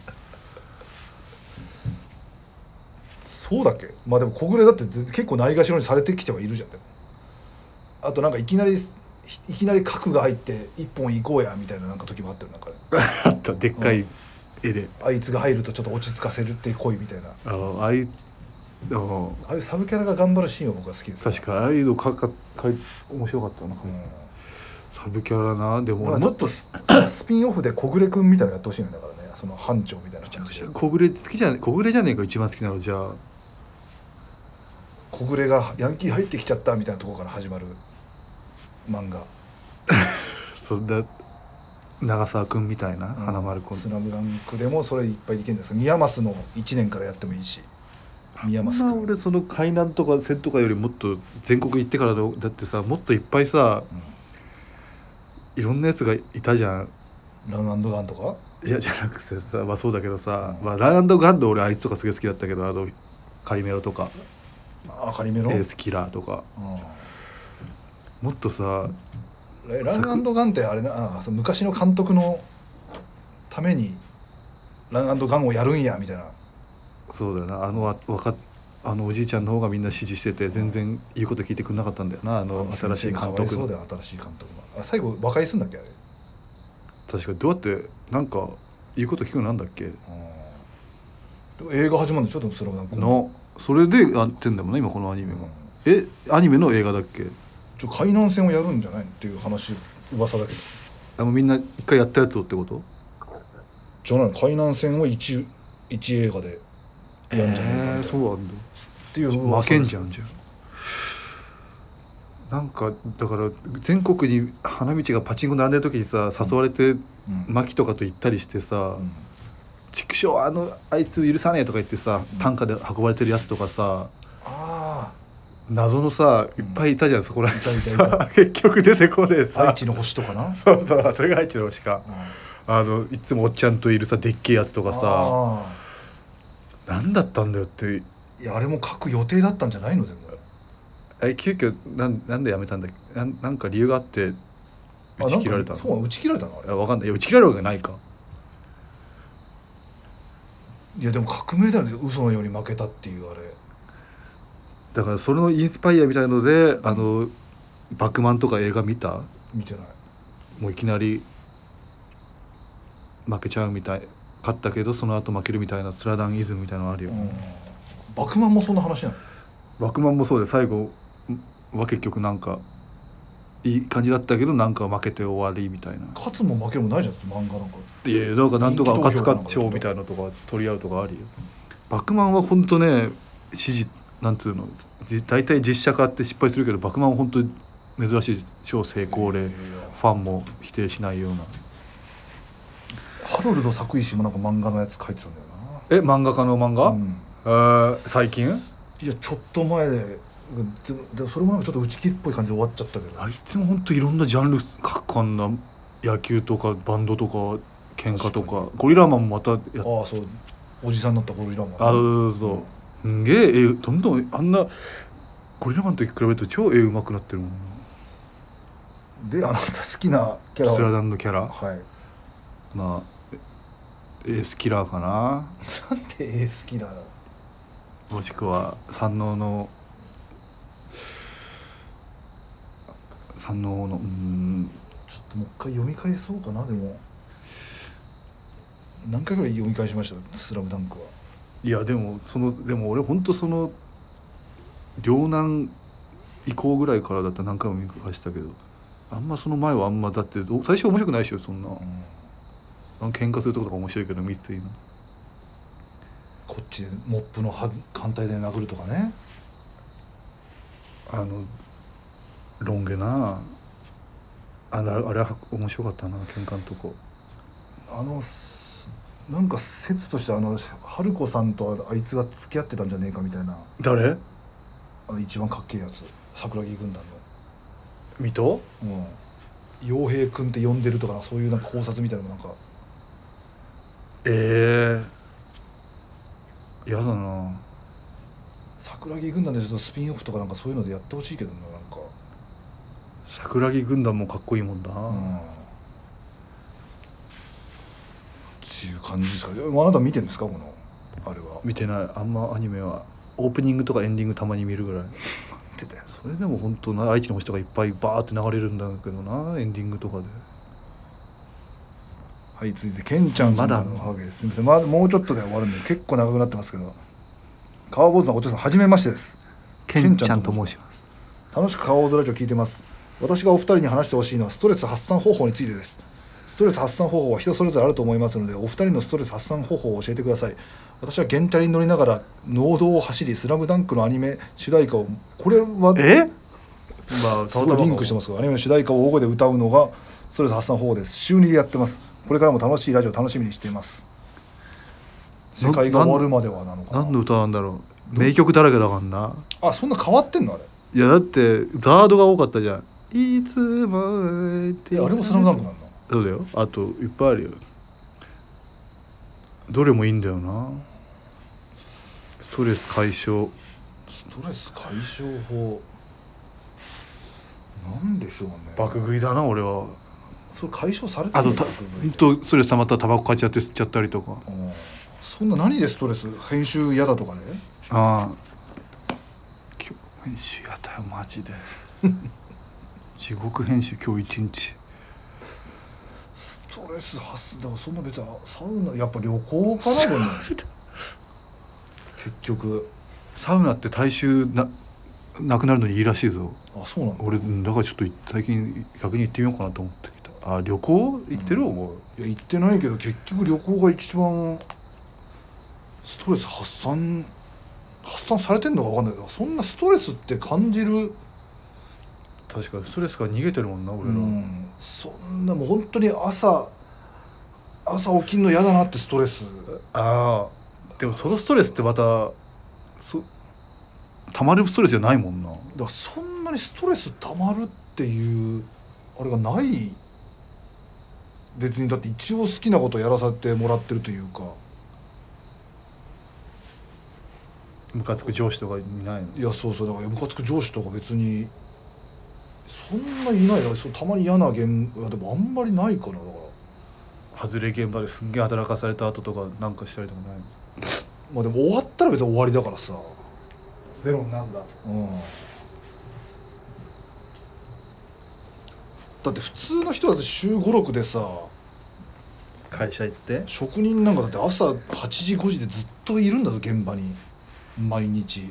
そうだっけ。まあでも小暮だって結構ないがしろにされてきてはいるじゃん。でもあとなんかいきなりいきなり核が入って一本行こうやみたいななんか時もあったよ。なんかねあったでっかい絵で、 あいつが入るとちょっと落ち着かせるって恋みたいな、 あああいうあああいうサブキャラが頑張るシーンは僕は好きです。 確かああいうのかかか面白かったな、 うん、 サブキャラな。でもまあ、ちょっとスピンオフで小暮くんみたいなのやってほしいんだからね、その班長みたいな感じで。 小暮好きじゃ小暮じゃねえか一番好きなの。じゃあ小暮がヤンキー入ってきちゃったみたいなところから始まる漫画。 そんな長澤君みたいな、うん、花丸君。 スラムダンクでもそれいっぱいできるんですよ。宮益のいちねんからやってもいいし。宮益君。 俺その海南とか戦とかよりもっと全国行ってからのだってさ、もっといっぱいさ、うん、いろんなやつがいたじゃん。 ラン&ガンとか。 いやじゃなくてさ、まあそうだけどさ、うん、まあ、ラン&ガンで俺あいつとかすげえ好きだったけど、あのカリメロとか、 あカリメロ、 エースキラーとか、うん、もっとさラン&ガンってあれなあ、その昔の監督のためにラン&ガンをやるんやみたいな。 そうだよな、あのわかあのおじいちゃんの方がみんな支持してて全然言うこと聞いてくれなかったんだよな、あの新しい監督。 そうだよ、新しい監督は。あ最後和解すんだっけあれ。 確かどうやってなんか言うこと聞くのなんだっけ。 でも映画始まるんでしょ、でもスラムダンクのそれでやってんだもんね今このアニメも、うん、えアニメの映画だっけ。 ちょ海南戦をやるんじゃないっていう話噂だけど。 あのみんな一回やったやつをってこと。 じゃない、海南戦を一一映画でやるんじゃないかみたいな、 えー、そうなんだっていう負けんじゃんじゃん。なんかだから全国に花道がパチンコ並んでる時にさ誘われて、うん、牧とかと行ったりしてさ、うん畜生あのあいつ許さねえとか言ってさ、うん、担架で運ばれてるやつとかさ、あ謎のさいっぱいいたじゃん、うん、そこら辺さ結局出てこねえさ愛知の星とかな。 そうそうそれが愛知の星か、うん、あのいつもおっちゃんといるさでっけえやつとかさ何だったんだよって。 いやあれも書く予定だったんじゃないの。でもえ急遽なんなんでやめたんだっけ。な ん, なんか理由があって打ち切られたの。 そう打ち切られたのあれ。 分かんない。いや打ち切られるわけないか。 いやでも革命だよね、嘘のように負けたっていうあれだからそれのインスパイアみたいので、うん、あのバックマンとか映画見た？ 見てない。 もういきなり負けちゃうみたい、勝ったけどその後負けるみたいなスラダンイズムみたいなのあるよ、うん、 バックマンもそんな話なの。 バックマンもそうで最後は結局なんかいい感じだったけどなんか負けて終わりみたいな。 勝つも負けるもないじゃん漫画なんか。 いやいやだからなんとか赤塚賞みたいなとか取り合うとかあるよ。バックマンは本当ね支持なんつうの大体実写化って失敗するけどバックマンは本当に珍しい超成功例、ファンも否定しないような。 ハロルド作石もなんか漫画のやつ書いてたんだよな。え漫画家の漫画、うん、あ最近。 いやちょっと前でででそれもなんかちょっと打ち切りっぽい感じで終わっちゃったけど、 あいつも本当いろんなジャンル書くかんな。野球とかバンドとか喧嘩とかゴリラマンもまたやっああそうおじさんになったゴリラマン、ね、 あそうそうそう、うん、すげえ絵どんどんあんなゴリラマンの時比べると超絵うまくなってるもん。 であなた好きなキャラスラダンのキャラ、 はい、 まあエースキラーかな。 なんでエースキラーだ。 もしくは山王の山王のうんちょっともう一回読み返そうかな。でも何回ぐらい読み返しましたスラムダンクは。 いやでもそのでも俺ほんとその両南以降ぐらいからだったら何回も見返したけど、あんまその前はあんまだって最初面白くないでしょそんな、うん、あの喧嘩するとことか面白いけど三井のこっちでモップの反対で殴るとかね、 あのロン毛なあれあれは面白かったな喧嘩のとこ。 あのなんか説としてあの春子さんとあいつが付き合ってたんじゃねえかみたいな。 誰？ あの一番かっけえやつ桜木軍団の水戸？ うん陽平君って呼んでるとかそういうなんか考察みたいなのもなんかええー、やだな。 桜木軍団でちょっとスピンオフとかなんかそういうのでやってほしいけどな。なんか桜木軍団もかっこいいもんな、うんっていう感じですか。あなた見てるんですかこのあれは。 見てない。あんまアニメはオープニングとかエンディングたまに見るぐらい。 出たよそれでも本当な愛知の星とかいっぱいバーって流れるんだけどなエンディングとかで。 はい続いてケンちゃんさんからのハゲです。すみません、まだもうちょっとで終わるんで結構長くなってますけど、川坊主さんお父さんはじめましてです。 ケンちゃんと申します。 楽しく川坊主ラジオ聞いてます。私がお二人に話してほしいのはストレス発散方法についてです。ストレス発散方法は人それぞれあると思いますので、お二人のストレス発散方法を教えてください。私はゲンチャリに乗りながら農道を走りスラムダンクのアニメ主題歌を、これはえまあすごいリンクしてますが、アニメの主題歌を大声で歌うのがストレス発散方法です。週にでやってます。これからも楽しいラジオ楽しみにしています。世界が終わるまではなのかな。 何の歌なんだろう。名曲だらけだからな。 あ、そんな変わってんのあれ。 いやだってザードが多かったじゃん。いつもってあれもスラムダンクなんだ。 そうだよ。あといっぱいあるよ。どれもいいんだよな。ストレス解消。 ストレス解消法なんでしょうね。 爆食いだな俺は。 それ解消されてるの？あと本当ストレス溜まったらタバコ買っちゃって吸っちゃったりとか。 そんな何でストレス？編集嫌だとかね。 ああ。今日編集やだよマジで。地獄編集今日一日。 ストレス発だからそんな別にサウナやっぱ旅行かなでも結局サウナって体臭ななくなるのにいいらしいぞ。 あ、そうなんだ。 俺だからちょっと最近逆に行ってみようかなと思ってきた。あ、旅行行ってる、うん、もういや行ってないけど結局旅行が一番ストレス発散発散されてんのか分かんないけど、そんなストレスって感じる。 確かにストレスから逃げてるもんな俺ら、うん、 そんなもう本当に朝朝起きるの嫌だなってストレス。 ああでもそのストレスってまたそたまるストレスじゃないもんな。だからそんなにストレスたまるっていうあれがない。別にだって一応好きなことやらせてもらってるというか。 ムカつく上司とかいないの？ いやそうそうだからムカつく上司とか別にそんないないだろ。たまに嫌な現場でもあんまりないかな。だから外れ現場ですんげえ働かされた後とかなんかしたりとかないの？ まあでも終わったら別に終わりだからさ。 ゼロなんだ。 うん。だって普通の人だって週ご、ろくでさ会社行って職人なんかだって朝はちじごじでずっといるんだぞ現場に毎日。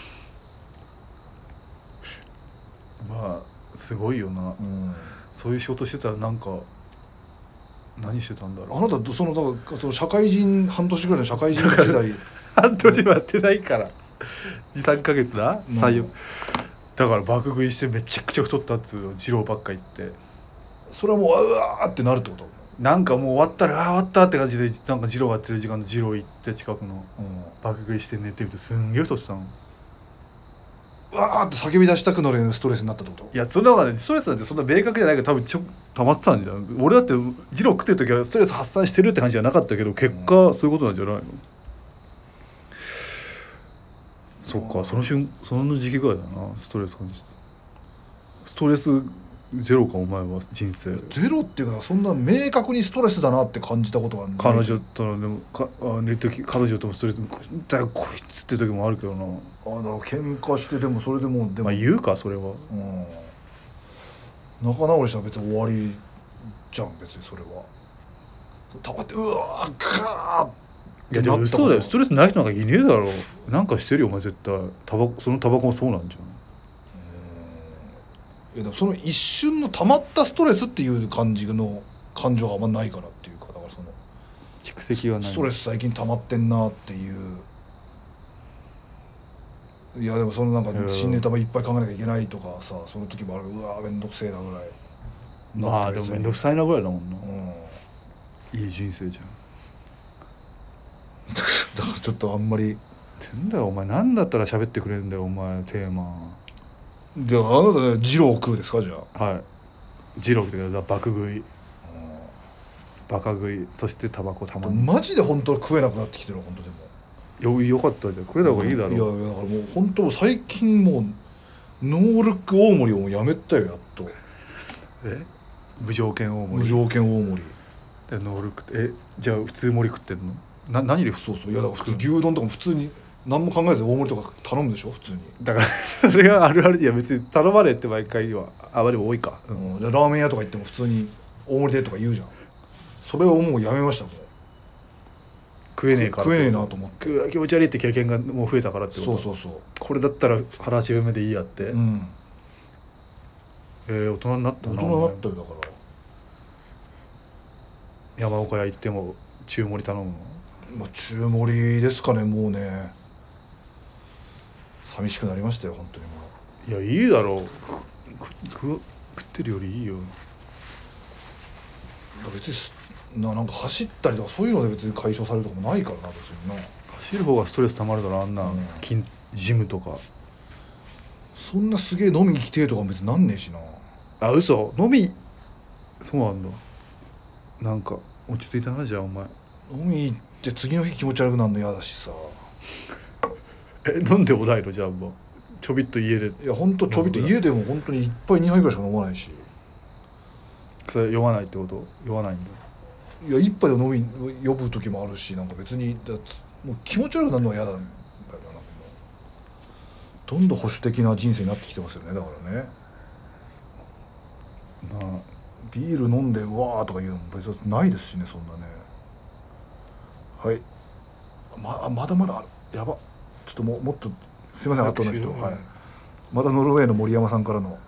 まあすごいよな、うん、そういう仕事してたらなんか何してたんだろう。 あなたそのだからその社会人半年ぐらいの社会人時代半年もやってないからにさんかげつだ、うん、採用だから爆食いしてめちゃくちゃ太ったっつう二郎ばっか行って。 それはもううわーってなるってこと？ なんかもう終わったらあ終わったって感じでなんか二郎がやってる時間で二郎行って近くの、うん、爆食いして寝てみるとすんげえ太ってたの。 うわーって叫び出したくなるストレスになったってこと？ いやそんなねストレスなんてそんな明確じゃないけど多分ちょ溜まってたんじゃん。俺だって二郎食ってる時はストレス発散してるって感じじゃなかったけど結果そういうことなんじゃないの？うん、そっかその瞬その時期ぐらいだなストレス感じてた。ストレスゼロかお前は人生ゼロっていうかそんな明確にストレスだなって感じたことはない。 彼女とのでもかあ寝る時彼女ともストレスだよこいつって時もあるけどな。あの喧嘩してでもそれでもでもまあ言うかそれは、 うん、仲直りしたら別に終わりじゃん別にそれは。たまってうわーガーいやでも嘘だよ。ストレスない人なんかいねえだろ。なんかしてるよお前絶対。タバコそのタバコもそうなんじゃん。 いやでもその一瞬の溜まったストレスっていう感じの感情があんまないからっていうか、だからその蓄積はない。 ストレス最近溜まってんなっていう。いやでもそのなんか新ネタもいっぱい考えなきゃいけないとかさ、その時もある。うわーめんどくせえなぐらい。 まあでもめんどくさいなぐらいだもんな、 うん、 いい人生じゃん。 だからちょっとあんまり。 なんだよお前、何だったら喋ってくれるんだよお前、テーマ。 じゃああなたね、二郎食うですか？じゃあはい、二郎ってか爆食い、バカ食い、そしてタバコたまに。 マジで本当に食えなくなってきてる。本当でもよよかったじゃん、食えた方がいいだろう。 いやいやだからもう本当最近もうノールック大盛りをもうやめたよやっと。 え無条件大盛り。 無条件大盛りでノールックってえじゃあ普通盛り食ってんの？な何で普通？ そうそう。いやだから普通牛丼とかも普通に何も考えず大盛りとか頼むでしょ普通に。 だからそれがあるある。いや別に頼まれって毎回はあまりも多いか、 うん、でラーメン屋とか行っても普通に大盛りでとか言うじゃん。それをもうやめましたもん。 食えねえから。 食えねえなと思って。 うわ気持ち悪いって経験がもう増えたからってこと。 そうそうそう。 これだったら腹八分目でいいやって、 うん、 えー、大人になったな。 大人になったよだから。 山岡屋行っても中盛り頼むの？ まあ中盛りですかね。もうね寂しくなりましたよ本当にもいやいいだろう、食ってるよりいいよ。 う。別にな、なんか走ったりとかそういうので別に解消されるとかもないからな別にな。 走る方がストレスたまるだろあんな、うん、筋ジムとか。 そんなすげえ飲みに来てえとかも別になんねえしな。 あ嘘、飲みそうなんだ。なんか落ち着いたなじゃあお前。 飲み行って次の日気持ち悪くなるの嫌だしさ。 え飲んでもないのじゃあもうちょびっと家で。 いやほんとちょびっと家でも本当にいっぱいにはいぐらいしか飲まないし。 それ酔わないってこと？酔わないんだ。 いや一杯で飲み呼ぶ時もあるし、なんか別にだもう気持ち悪くなるのは嫌なんだよな。どんどん保守的な人生になってきてますよねだからね。 まあビール飲んでうわーとか言うのも別にないですしねそんなね。はい。 ま, まだまだある。やば。ちょっとももっとすいません後の人。はい。またノルウェーの森山さんからの。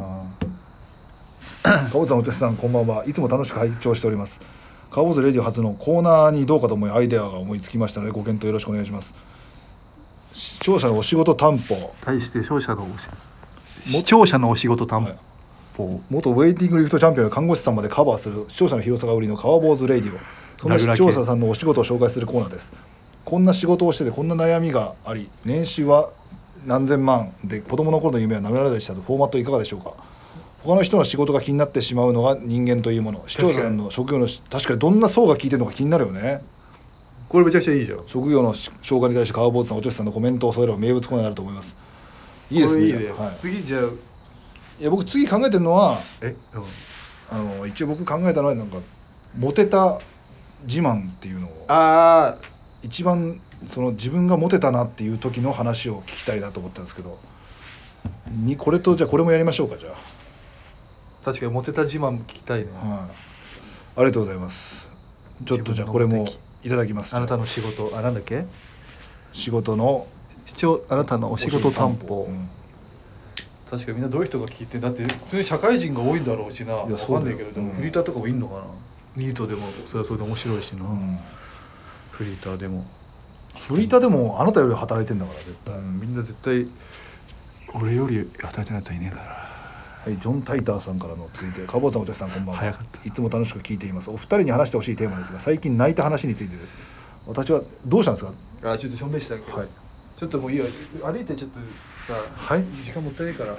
川本さんお手さんこんばんは。いつも楽しく拝聴しております。川本レディオ初のコーナーにどうかと思いアイデアが思いつきましたのでご検討よろしくお願いします。視聴者のお仕事担保。 対して視聴者のおし視聴者のお仕事担保、はい、 元ウェイティングリフトチャンピオンや看護師さんまでカバーする視聴者の広さが売りの川坊主レディオ。そんな視聴者さんのお仕事を紹介するコーナーです。こんな仕事をしててこんな悩みがあり年収は何千万で子供の頃の夢は舐められたりしたとフォーマットいかがでしょうか。他の人の仕事が気になってしまうのが人間というもの。視聴者さんの職業の確かにどんな層が聞いてるのか気になるよね。 これめちゃくちゃいいじゃん。 職業の紹介に対して川坊主さんおちょしさんのコメントを添えれば名物コーナーになると思います。いいですね。いいね、はい、 次じゃあいや僕次考えてるのはえ、うん、 あの一応僕考えたのはなんかモテた自慢っていうのをあ一番その自分がモテたなっていう時の話を聞きたいなと思ったんですけどにこれとじゃあこれもやりましょうか。じゃあ確かにモテた自慢も聞きたいね、 はい、ありがとうございます。ちょっとじゃあこれもいただきます。 あなたの仕事あなんだっけ仕事の視聴あなたのお仕事担保、うん、確かにみんなどういう人が聞いてだって普通に社会人が多いんだろうしな。分かんないけどでもフリーターとかもいんのかな、うん、ニートでもそれはそれで面白いしな、うん、フリーターでもフリーターでもあなたより働いてんだから絶対、 うん、みんな絶対俺より働いてないやつはいねえだろ。 はい、ジョン・タイターさんからの続いて川坊さんお茶さんこんばんは。 早かった。 いつも楽しく聞いています。お二人に話してほしいテーマですが最近泣いた話についてです。私はどうしたんですか。 あちょっと証明したけど、はい、ちょっともういいよ歩いてちょっとさ、 はい、 時間もったいないから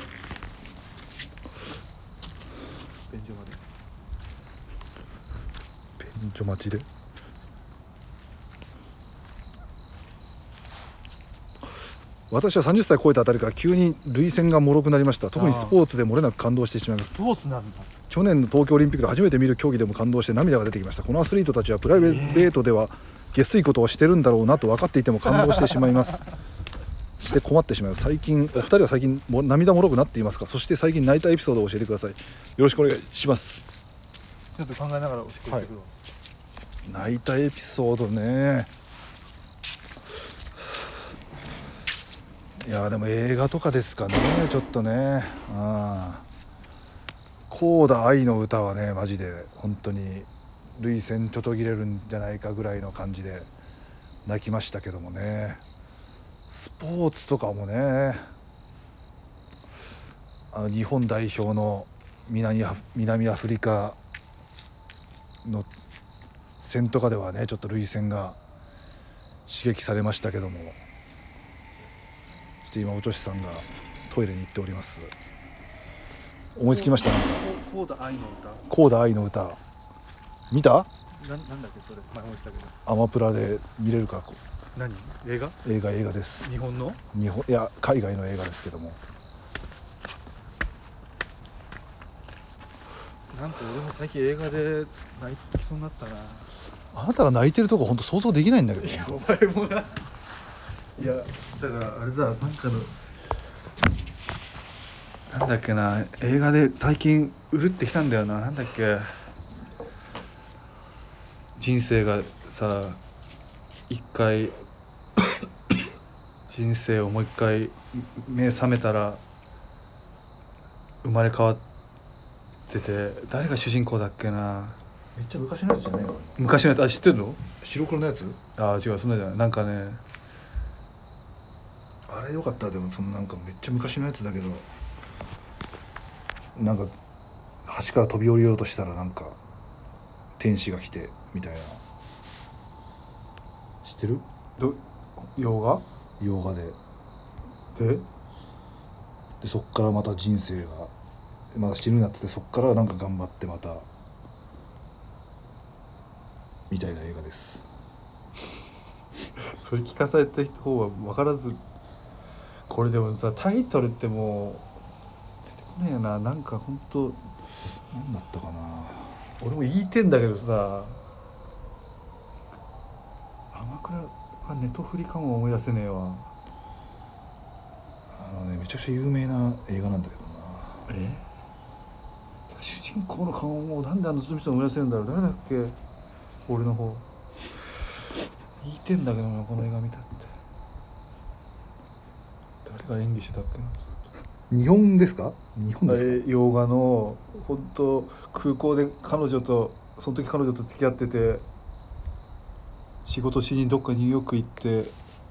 便所まで。 便所待ちで私はさんじゅっさい超えたあたりから急に涙腺が脆くなりました。特にスポーツで漏れなく感動してしまいます。 スポーツなんだ。 去年の東京オリンピックで初めて見る競技でも感動して涙が出てきました。このアスリートたちはプライベートでは下水ことをしてるんだろうなと分かっていても感動してしまいますして困ってしまいます。最近お二人は最近も涙もろくなっていますか。そして最近泣いたエピソードを教えてください。よろしくお願いします。 ちょっと考えながら教えてください。 泣いたエピソードね。いやでも映画とかですかね。ちょっとねあコーダ愛の歌はねマジで本当に涙腺ちょちょぎれるんじゃないかぐらいの感じで泣きましたけどもね。スポーツとかもね、あの日本代表の南アフ、南アフリカの戦とかではねちょっと涙腺が刺激されましたけども、ちょっと今おちょしさんがトイレに行っております。思いつきました。 コーダ愛の歌。 コーダ愛の歌見た？ な、なんだっけそれ、前思いしたけど。 アマプラで見れるから。 何？映画？ 映画映画です。 日本の？ 日本いや海外の映画ですけども。 なんか俺も最近映画で泣きそうになったな。 あなたが泣いてるとこ本当想像できないんだけど。いやお前もな。いやだからあれだ、なんかのなんだっけな、映画で最近うるってきたんだよな。なんだっけ、人生がさ一回人生をもう一回目覚めたら生まれ変わってて、誰が主人公だっけな。 めっちゃ昔のやつじゃないの？ 昔のやつ。あ、知ってるの？ 白黒のやつ？ あ違う、そんなじゃない。なんかね、 あれよかった。でもそのなんかめっちゃ昔のやつだけど、なんか橋から飛び降りようとしたらなんか天使が来てみたいな。知ってる？ ど洋画？ 洋画でででそっからまた人生がまだ死ぬなってって、そっからなんか頑張ってまたみたいな映画です。 それ聞かされた方は分からず、これでもさタイトルってもう出てこねえよな。なんかほんと何だったかな。 俺も言いてんだけどさ、天倉かネトフリかも思い出せねえわ。 あのねめちゃくちゃ有名な映画なんだけどな。 え主人公の顔もなんであの人思い出せるんだろう。誰だっけ、俺の方言いてんだけどな、この映画見たって。誰が演技してたっけな。 日本ですか？日本ですか？ えー洋画の本当空港で彼女とその時彼女と付き合ってて、仕事しにどっかニューヨーク行って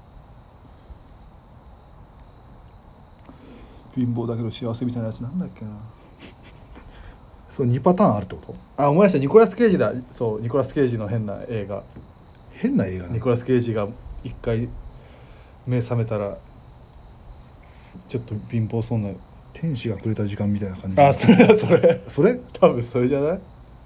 貧乏だけど幸せみたいなやつ。なんだっけな。 そうにパターンあるってこと？ あ、思い出した。ニコラス・ケイジだ。そうニコラス・ケイジの変な映画。 変な映画なの？ ニコラス・ケイジが一回目覚めたらちょっと貧乏そうな。 天使がくれた時間みたいな感じ。 あ、それだそれそれ多分それじゃない？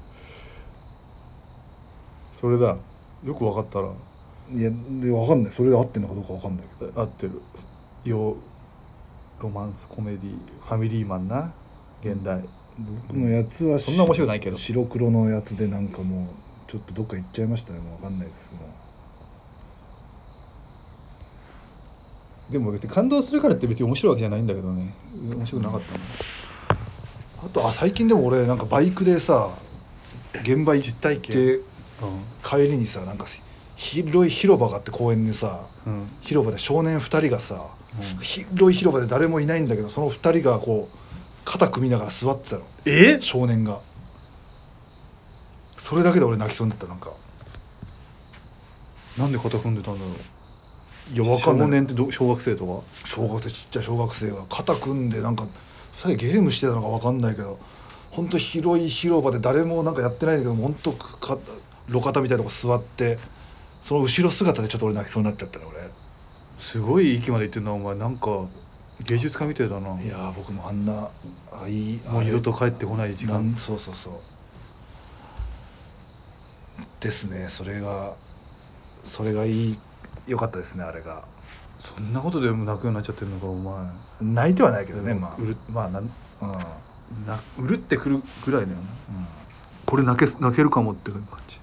それだ。よく分かったら。 いやで分かんない。それで合ってんのかどうか分かんないけど。 合ってる。よロマンスコメディファミリーマンな現代。 僕のやつはそんな面白くないけど白黒のやつでなんかもうちょっとどっか行っちゃいましたね。もう分かんないですもう。 でも別に感動するからって別に面白いわけじゃないんだけどね。面白くなかったの。 あとあ最近でも俺なんかバイクでさ現場行って帰りにさなんか広い広場があって、公園にさ、うん、広場で少年ふたりがさ、うん、広い広場で誰もいないんだけど、そのふたりがこう肩組みながら座ってたの。 え少年が。それだけで俺泣きそうになった。なんかなんで肩組んでたんだろう。いやわかんない。少年ってど小学生とか？ 小学生、ちっちゃい小学生が肩組んでなんかふたりゲームしてたのかわかんないけど、ほんと広い広場で誰もなんかやってないんだけど、ほんとか路肩みたいなとこ座って、その後ろ姿でちょっと俺泣きそうになっちゃったね。俺すごい域まで行ってんなお前。なんか芸術家みたいだな。 いや僕もあんなあいいもう二度と帰ってこない時間。 そうそうそうですね。それがそれがいい良かったですね。あれが。 そんなことでも泣くようになっちゃってるのかお前。 泣いてはないけどね。まあうるまあなん、うん、なうるってくるぐらいだよな、うん、これ泣け泣けるかもって感じ。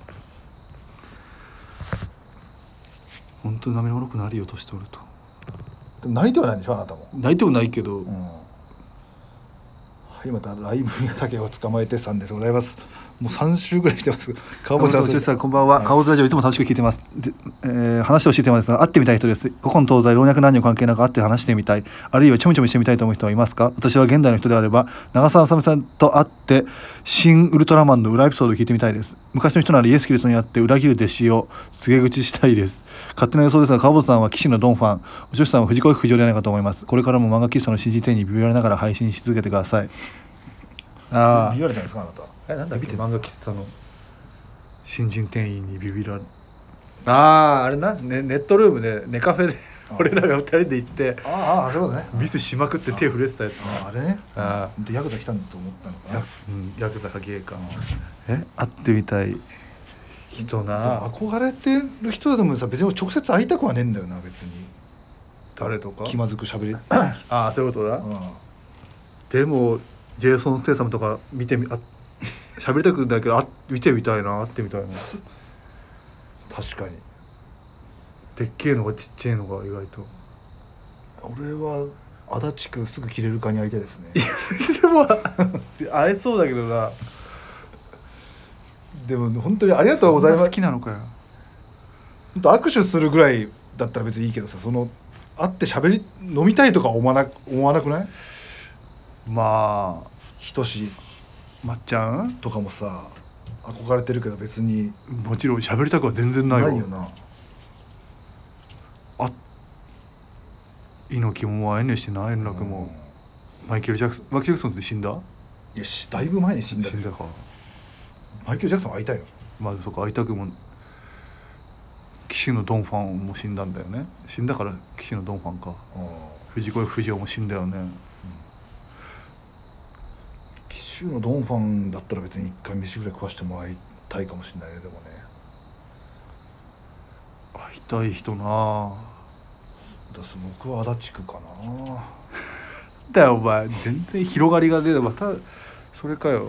本当に涙もろくなるよ年取ると。 泣いてはないんでしょあなたも。 泣いてもないけど、うん、 はい、またライブ宮武を捕まえてさんでございます。もうさん週ぐらいしてます。 川本さんこんばんは。川本ラジオいつも楽しく聞いてます。で、えー、話してほしいテーマですが、会ってみたい人です。古今東西老若男女関係なく会って話してみたい、あるいはちょみちょみしてみたいと思う人はいますか？私は現代の人であれば長澤まさみさんと会って新ウルトラマンの裏エピソードを聞いてみたいです。昔の人ならイエス・キリストに会って裏切る弟子を告げ口したいです。勝手な予想ですが、川本さんは騎士のドンファン、お女子さんは藤子 F 不二雄ではないかと思います。これからも漫画喫茶の新時点にビビられながら配信し続けてください。 ああ、ビビられたんですかあなた。 え、なんだっけ、漫画喫茶の新人店員にビビられ、あああれな、ね、ネットルームでネカフェで俺らがふたりで行って、 ああそういうことね、 ミスしまくって手震えてたやつな。 ああれね、 ああヤクザ来たんだと思ったのかな。 や、うん、ヤクザかゲーか。え、会ってみたい人な。 憧れてる人でもさ、別に直接会いたくはねえんだよな。別に誰とか気まずくしゃべりああそういうことだ、うん、でもジェイソン・ステイサムとか見てみ、あ、喋りたくないけど、あ、見てみたいな、会ってみたいな。 確かにでっけえのがちっちゃいのが意外と。 俺は足立区すぐ切れるかに会いたいですね。 でも会えそうだけどな。 でも本当にありがとうございます。 好きなのかよ。 本当握手するぐらいだったら別にいいけどさ、その会って喋り飲みたいとか思わな思わなくない？ まあひとしまっちゃんとかもさ憧れてるけど、別にもちろん喋りたくは全然ないよ。 ないよな。 あ、猪木も会えねえしな、円楽も、うん、マイケル・ジャクソン、マイケル・ジャクソンって死んだ？ いや、だいぶ前に死んだ。 死んだか。 マイケル・ジャクソン会いたいの？ まあそこ会いたくも。騎士のドンファンも死んだんだよね。死んだから騎士のドンファンか。藤子 F 不二雄も死んだよね。 騎士のドンファンだったら別に一回飯ぐらい食わしてもらいたいかもしれないね。でもね、 会いたい人な。 だす僕は足立区かな。 だよお前、全然広がりが出ればまたそれかよ。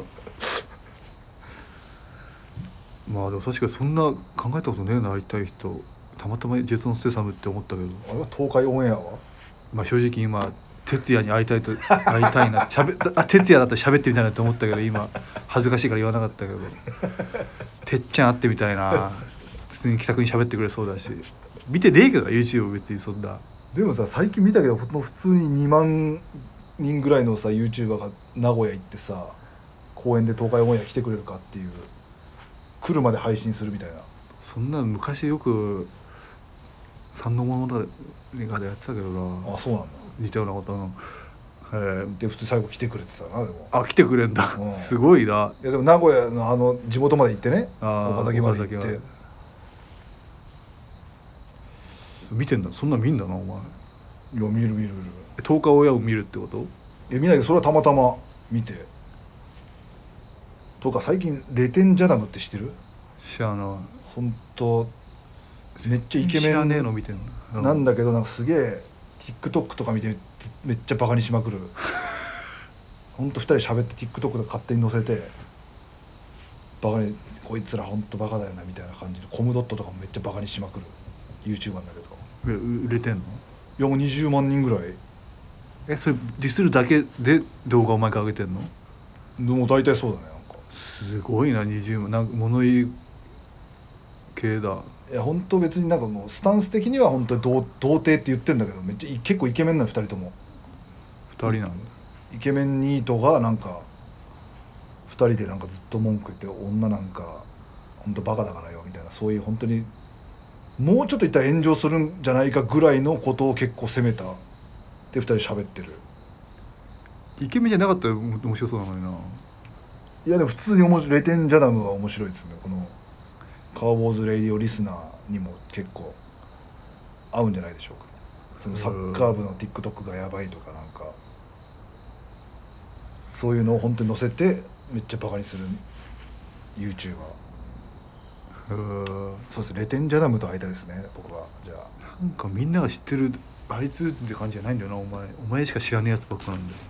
まあでも確かにそんな考えたことねえな、会いたい人。たまたまジェイソン・ステイサムって思ったけど、 あれは東海オンエアはまあ正直今哲也に会いたいと会いたいなしゃべあ哲也だったら喋ってみたいなって思ったけど、今恥ずかしいから言わなかったけどてっちゃん会ってみたいな。普通に気さくに喋ってくれそうだし、見てねえけどな YouTube 別にそんな。 でもさ、最近見たけど普通ににまんにんぐらいのさ YouTuber が名古屋行ってさ、公園で東海オンエア来てくれるかっていう、来るまで配信するみたいな。 そんな昔よく三の物語がやってたけどな。 あ、そうなんだ。 似たようなことな。えー、 で普通最後来てくれてたな。でもあ、来てくれんだ、うん、すごいな。 いやでも名古屋のあの地元まで行ってね、 岡崎まで行って見てんだ。そんな見んだなお前。 いや見る見る見る。 東海オンエアを見るってこと？ いや見ないけど、それはたまたま見て。とか最近レテンジャダムって知ってる？ 知らない。 ほんとめっちゃイケメン知らねえの見てんの、 うん、なんだけど、なんかすげえ TikTok とか見てめっちゃバカにしまくる。ほんとふたり喋って TikTok で勝手に載せてバカに、こいつらほんとバカだよなみたいな感じで、コムドットとかもめっちゃバカにしまくる YouTuber なんだけど。 売れてんの？ いやもうにじゅうまんにんぐらい。 え、それディスるだけで動画を毎回上げてんの？ でも大体そうだね。なんかすごいな。にじゅうまん、なんか物言い系だ。 いや本当別になんかもうスタンス的には本当に童貞って言ってんだけど、めっちゃ結構イケメンなのふたりとも。 ふたりなんだ。 イケメンニートがなんかふたりでなんかずっと文句言って、女なんか本当バカだからよみたいな、そういう本当にもうちょっと言ったら炎上するんじゃないかぐらいのことを結構責めたでふたり喋ってる。 イケメンじゃなかったら面白そうなのにな。 いやでも普通に面白い。レテンジャダムは面白いですね。このカーボーズレイディオリスナーにも結構合うんじゃないでしょうか。そのサッカー部の TikTok がやばいとか、なんかそういうのを本当に載せてめっちゃバカにする YouTuber。 そうです。レテンジャダムと会いたいですね僕は。じゃあなんかみんなが知ってるあいつって感じじゃないんだよな。お前お前しか知らねえやつばっかなんだよ。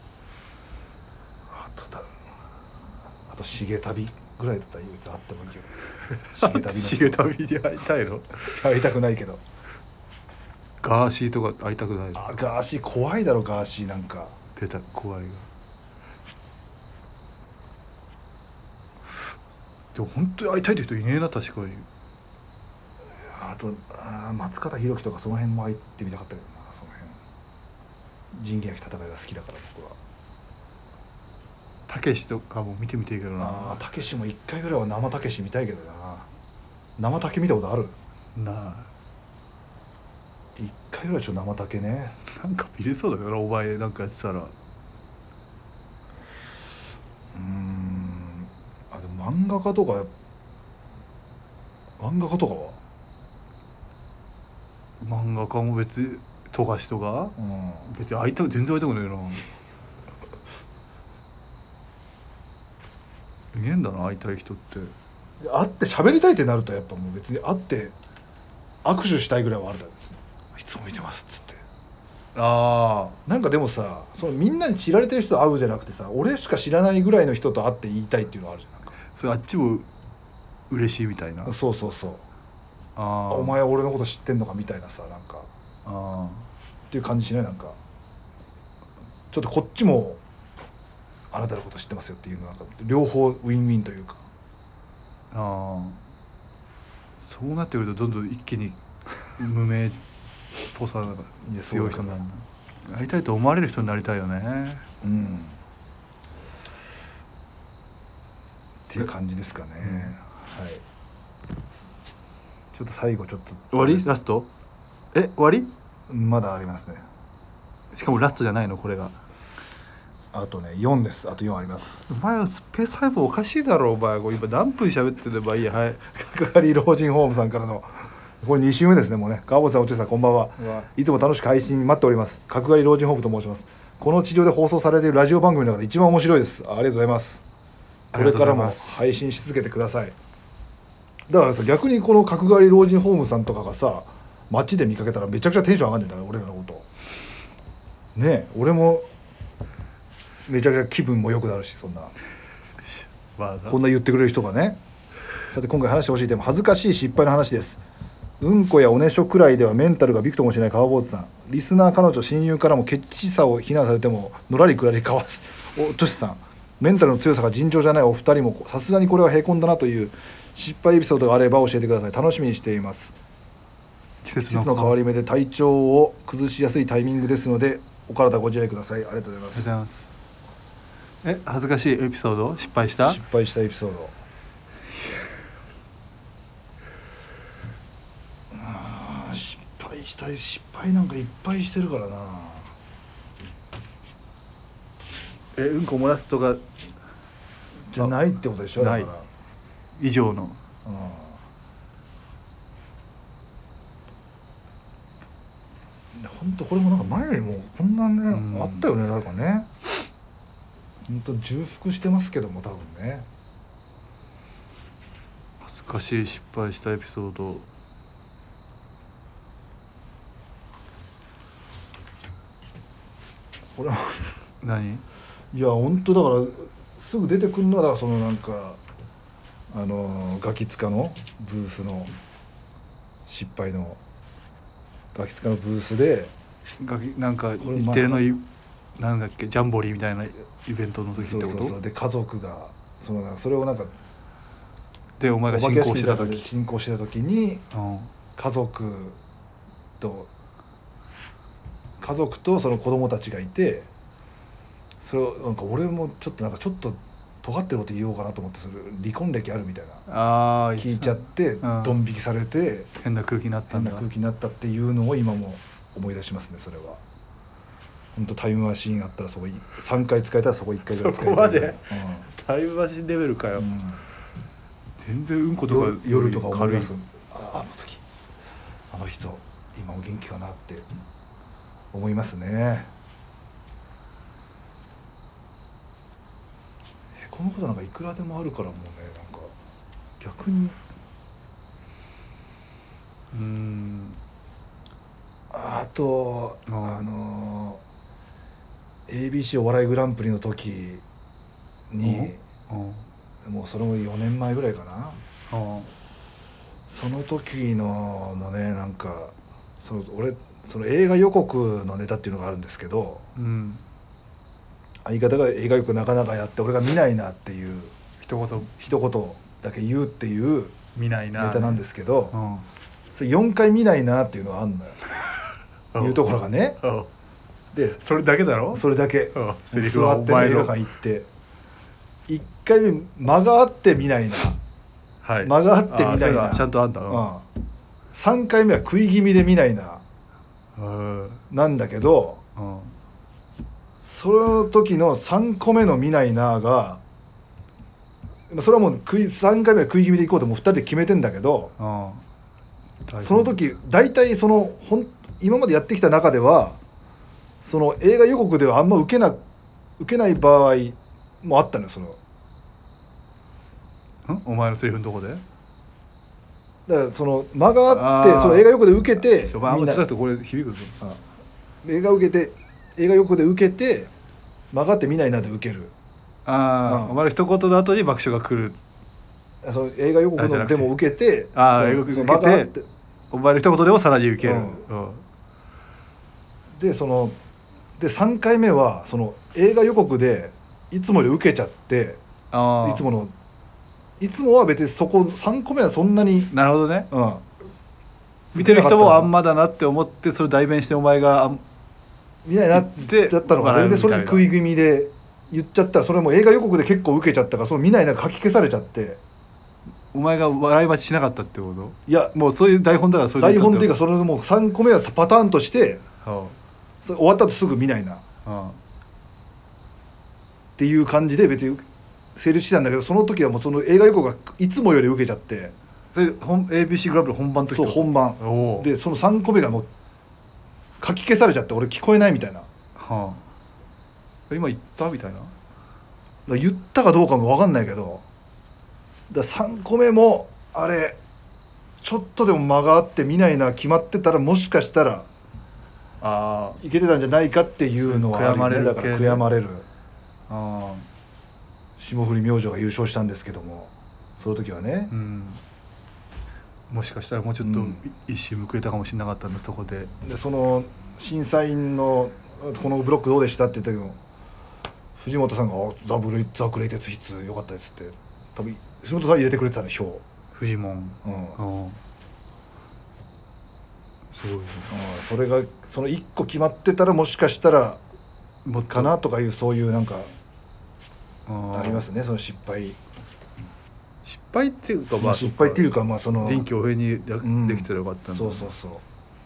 あとだあとシゲ旅ぐらいだったら唯一あってもいいけど。シゲ旅のシゲ旅に会いたいの？ 会いたくないけど。 ガーシーとか会いたくない。 あ、ガーシー怖いだろ。ガーシーなんか出た、怖いが。 でも本当に会いたいって人いねえな確かに。 あとあ松方弘樹とかその辺も入ってみたかったけどな。その辺仁義なき戦いが好きだから僕は。 たけしとかも見てみていいけどな。 あたけしも一回ぐらいは生たけし見たいけどな。生たけ見たことある？ なあ一回ぐらいちょっと生たけね。 なんか見れそうだけどなお前なんかやってたら。 うーんあでも漫画家とか漫画家とかは漫画家も別に富樫とか、 うん、 別に会いたく全然会いたくないな。いねえんだな会いたい人って。 会って喋りたいってなるとやっぱもう別に会って握手したいぐらいはあるだろうですね。いつも見てますっつって。 あなんかでもさそのみんなに知られてる人と会うじゃなくてさ俺しか知らないぐらいの人と会って言いたいっていうのはあるじゃん。なんかそれあっちも嬉しいみたいな。 そうそうそうあお前は俺のこと知ってんのかみたいなさなんかあっていう感じしない？なんかちょっとこっちもあなたのこと知ってますよっていうのなんか両方ウィンウィンというか。 ああそうなってくるとどんどん一気に無名っぽさが強い人になるな。会いたいと思われる人になりたいよね。 うんっていう感じですかね、うん、はい。ちょっと最後ちょっと終わりラストえ終わりまだありますね。 しかもラストじゃないのこれが。 あとねよんです。あとよんあります。 お前はスペース配分おかしいだろお前。これ今何分喋ってればいいや。はい角刈り老人ホームさんからのこれに週目ですねもうね。川本さんおちさんこんばんは。いつも楽しく配信待っております。角刈り老人ホームと申します。この地上で放送されているラジオ番組の中で一番面白いです。ありがとうございます。これからも配信し続けてください。だからさ逆にこの角刈り老人ホームさんとかがさ街で見かけたらめちゃくちゃテンション上がんねんだから俺らのことねえ。俺もめちゃくちゃ気分も良くなるしそんなこんな言ってくれる人がね。さて今回話してほしいテーマ恥ずかしい失敗の話です。うんこやおねしょくらいではメンタルがびくともしない川坊主さん。リスナー彼女親友からもケチさを非難されてものらりくらりかわすおとしさん。メンタルの強さが尋常じゃないお二人もさすがにこれはへこんだなという失敗エピソードがあれば教えてください。楽しみにしています。季節の変わり目で体調を崩しやすいタイミングですのでお体ご自愛ください。ありがとうございます。 ありがとうございます。え恥ずかしいエピソード失敗した失敗したエピソードあ失敗した失敗なんかいっぱいしてるからな。 えうんこ漏らすとかじゃないってことでしょ。だから以上の、 うん、本当これもなんか前にもこんなね、うん、あったよね。なんかね本当重複してますけども多分ね。 恥ずかしい失敗したエピソードこれは何いや本当だからすぐ出てくるのはだからそのなんかあのガキ使のブースの失敗のガキ使のブースでガキなんか日テレのなんだっけジャンボリーみたいなイベントの時ってこと。そうそうそうで家族がそのそれをなんかでお前が進行してた時進行してた時に、 うん、 家族と家族とその子供たちがいてそれをなんか俺もちょっとなんかちょっと尖ってること言おうかなと思ってそれ離婚歴あるみたいなあ聞いちゃってドン引きされて変な空気になったんだ。 変な空気になったっていうのを今も思い出しますね。それは本当タイムマシーンあったらそこさんかい使えたらそこいっかいぐらい使えた。 そこまで、 うん、 タイムマシーンレベルかよ、うん、全然うんことか夜とか思い出す。ああの時あの人今お元気かなって思いますね。このことなんかいくらでもあるからもうねなんか逆にうーんあとあの エービーシー お笑いグランプリの時にもうそれもよねんまえぐらいかな。その時のもねなんかその俺その映画予告のネタっていうのがあるんですけど、うん、相方が映画予告なかなかやって俺が見ないなっていう一言一言だけ言うっていう見ないなネタなんですけど、 うん、 それよんかい見ないなっていうのがあんのよいうところがね。 うんでそれだけだろ。 それだけうんセリフは座ってね映画お前の館行っていっかいめ間があって見ないな、 はい、 間があって見あーそれがないな、 ちゃんとあんだ。 うん、さんかいめは食い気味で見ないなうんうんなんだけど、 うんその時のさんこめの見ないながそれはもう食いさんかいめは食い気味で行こうともうふたりで決めてんだけど、 うんその時大体そのほん今までやってきた中ではその映画予告ではあんま受けな受けない場合もあったのよ。そのんお前のセリフのとこでだからその間があってあーその映画予告で受けてお前あんみんなまちょっとこれ響くぞ。 うん映画受けて映画予告で受けて間があって見ないなで受ける。 ああ、 うんお前の一言の後に爆笑が来る。 その映画予告のでも受けてああそのその映画受けて間があってお前の一言でもさらに受ける。 ううんんでそのでさんかいめはその映画予告でいつもより受けちゃってああいつものいつもは別にそこさんこめはそんなに、 なるほどね。 うん、 見てる人もあんまだなって思ってそれ代弁してお前があん見ないなでだったのが全然それで食い気味で言っちゃったらそれも映画予告で結構受けちゃったからその見ないなが書き消されちゃってお前が笑い待ちしなかったってこと。 いやもうそういう台本だからそれで台本っていうかかそれもうさんこめはパターンとしてそれ終わった後すぐ見ないなっうんていう感じで別に成立してたんだけどその時はもうその映画予告がいつもより受けちゃってそれ本 エービーシー グランプリ本番の時そう本番おおでそのさんこめがもう書き消されちゃって俺聞こえないみたいなはあ今言ったみたいな。 だから言ったかどうかも分かんないけどだからさんこめもあれちょっとでも間があって見ないな決まってたらもしかしたらあいけてたんじゃないかっていうのはあるよね。だから悔やまれるああ霜降り明星が優勝したんですけどもその時はねあ、うんもしかしたらもうちょっとうん一矢報えたかもしれなかったんだそこで。 でその審査員のこのブロックどうでしたって言ったけど藤本さんが「ザ・ブレイザ・グレイテストヒッツ良かったです」って多分藤本さん入れてくれてたね票、 フジモンうんうんすごいね。 うん、それがそのいっこ決まってたらもしかしたらもっとかなとかいうそういうなんかあありますねその失敗、 失敗っていうかまあ、失敗っていうかまあその臨機応変にで,、 うんできたらよかったんだ。 そうそうそう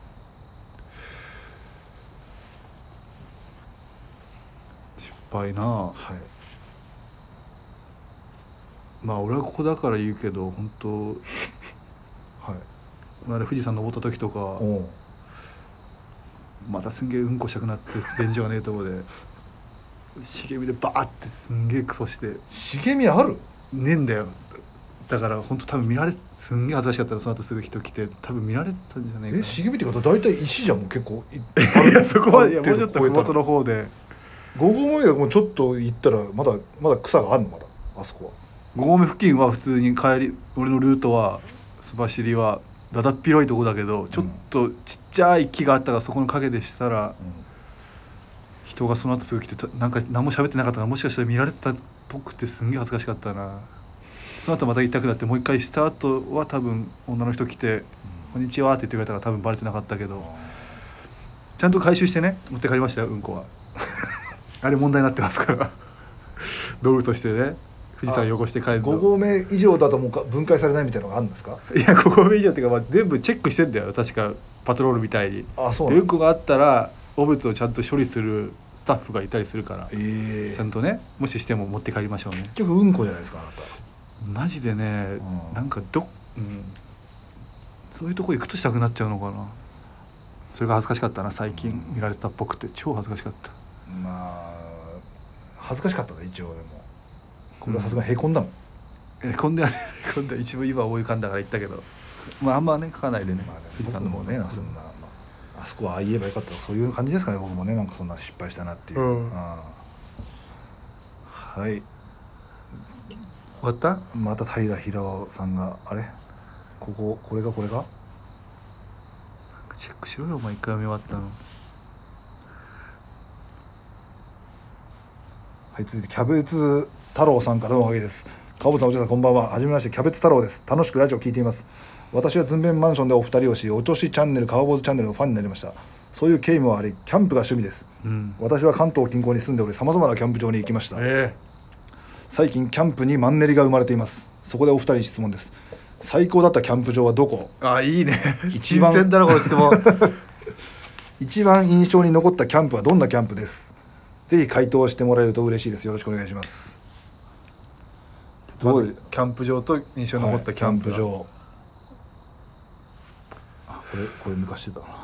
失敗な。 はいまあ俺はここだから言うけど本当はいあれ富士山登った時とかおうまたすんげえうんこしたくなって便所がねえとこで茂みでバーってすんげえクソして茂みあるねえんだよ。だから本当多分見られすんげえ恥ずかしかったらその後すぐ人来て多分見られてたんじゃないかな。 え茂みってこと大体石じゃんもう結構いいやそこまでいやもうちょっと超えたら麓の方でご合目がもうちょっと行ったらまだまだ草があるのまだあそこはご合目付近は普通に帰り俺のルートは須走りはだだっ広いとこだけどちょっとちっちゃい木があったからそこの陰でしたら人がその後すぐ来てたなんか何も喋ってなかったからもしかしたら見られてたっぽくてすんげえ恥ずかしかったな。その後また痛くなってもう一回した後は多分女の人来て「こんにちは」って言ってくれたから多分バレてなかったけどちゃんと回収してね持って帰りましたようんこはあれ問題になってますから道具としてね富士山汚して帰るごの。 合目以上だともうか分解されないみたいなのがあるんですか。 いやご合目以上っていうか、まあ、全部チェックしてんだよ確かパトロールみたいに。 あそうなのでうんこがあったら汚物をちゃんと処理するスタッフがいたりするからええちゃんとねもししても持って帰りましょうね。 結局うんこじゃないですかあなたマジでね、 うんなんかど、うん、そういうとこ行くとしたくなっちゃうのかな。それが恥ずかしかったな最近見られてたっぽくて超恥ずかしかった。 まあ恥ずかしかったね一応でもこれはさすがにへこんだもん、 えこんではねこんでは一部今思い浮かんだから言ったけどまああんまね書かないでね、 まあね富士山の方僕もねそんな、まあ、あそこはああ言えばよかったそういう感じですかね僕もねなんかそんな失敗したなっていう、 うんはい終わった。 また平平尾さんがあれこここれがこれがチェックしろよお前一回読み終わったの。 はい続いてキャベツ太郎さんからのおかげです。 川本さん、おじさん、こんばんは。はじめまして、キャベツ太郎です。楽しくラジオを聞いています。私はズンベンマンションでお二人をし、おちょしチャンネル、川坊主チャンネルのファンになりました。そういう経緯もあり、キャンプが趣味です、うん、私は関東近郊に住んでおり、さまざまなキャンプ場に行きました、えー、最近キャンプにマンネリが生まれています。そこでお二人に質問です。最高だったキャンプ場はどこ？ あ、いいね。一番新鮮だなこの質問。 一番印象に残ったキャンプはどんなキャンプです？ぜひ回答してもらえると嬉しいです。よろしくお願いします。 まずキャンプ場と印象に残ったキャンプ、 はい、キャンプ場。あ、これこれ抜かしてたな。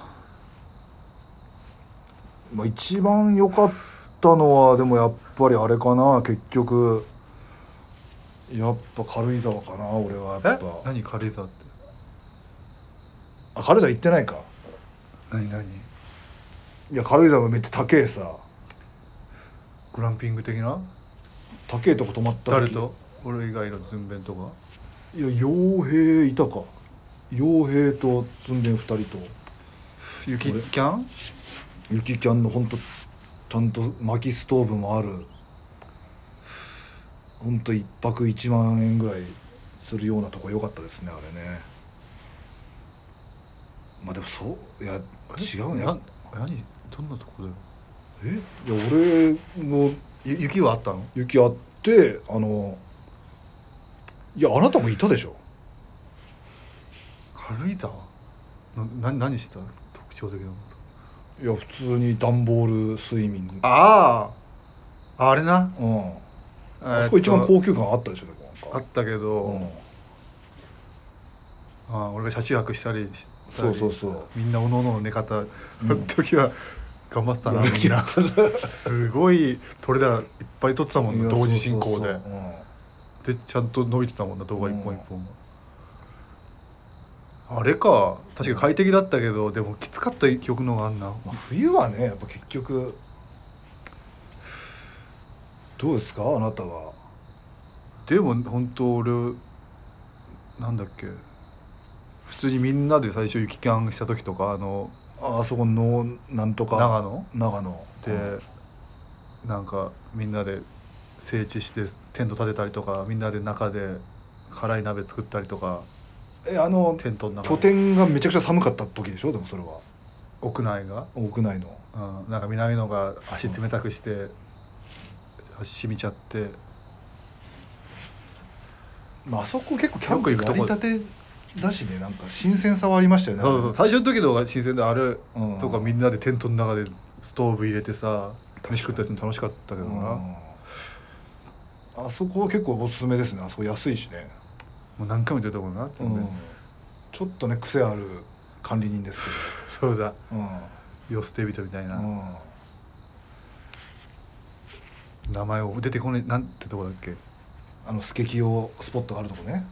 まあ、一番良かったのはでもやっぱりあれかな。結局やっぱ軽井沢かな。俺はやっぱ。 え？何軽井沢って？ あ、軽井沢行ってないか。 何何？ いや、軽井沢めっちゃ高えさ。 グランピング的な？ 高えとこ泊まった時。 誰と？俺以外のズンベンとか？ いや、傭兵いたか。傭兵とズンベンふたりと。 雪キャン？ 雪キャンのほんとちゃんと薪ストーブもある。ほんといっぱくいちまんえんぐらいするようなとこ良かったですね、あれね。まあでもそういや違うね。 な何どんなとこだよ。 えいや俺も雪はあったの？ 雪あってあのいやあなたもいたでしょ。 軽井沢な何した特徴的なこと？ いや普通に段ボールスイミング。 あああれな、 うん、あそこ一番高級感あったでしょ。でもあったけど、うん、あ俺が車中泊したりしたり、 そうそうそう、 みんなおのおのの寝方の時は頑張ってたな、みんな。すごい撮れ高いっぱい撮ってたもんな、同時進行で。そうそうそう、うん、でちゃんと伸びてたもんな、動画一本一本、うん、あれか確かに快適だったけど、でもきつかった記憶のがあんな、 まあ、冬はねやっぱ結局どうですかあなたは。 でも本当俺なんだっけ、普通にみんなで最初雪キャンした時とか、あのあそこのなんとか長野長野で、うん、なんかみんなで整地してテント立てたりとか、みんなで中で辛い鍋作ったりとか。 えあのテントの中拠点がめちゃくちゃ寒かった時でしょ。でもそれは屋内が屋内の、 うん、なんか南のが足冷たくして、うん、染みちゃって、 まあ、あそこ結構キャンプやりたてだしね、なんか新鮮さはありましたよね。 そうそう、最初の時のが新鮮で、あれとかみんなでテントの中でストーブ入れてさ飯食ったりするの楽しかったけどな。 あそこは結構おすすめですね。あそこ安いしね。 もう何回も言ったところな、うん、 ちょっとね癖ある管理人ですけどそうだ、 うん、 世捨て人みたいな、うん、名前を出てこない、なんてとこだっけ、 あのスケキヨスポットがあるとこね、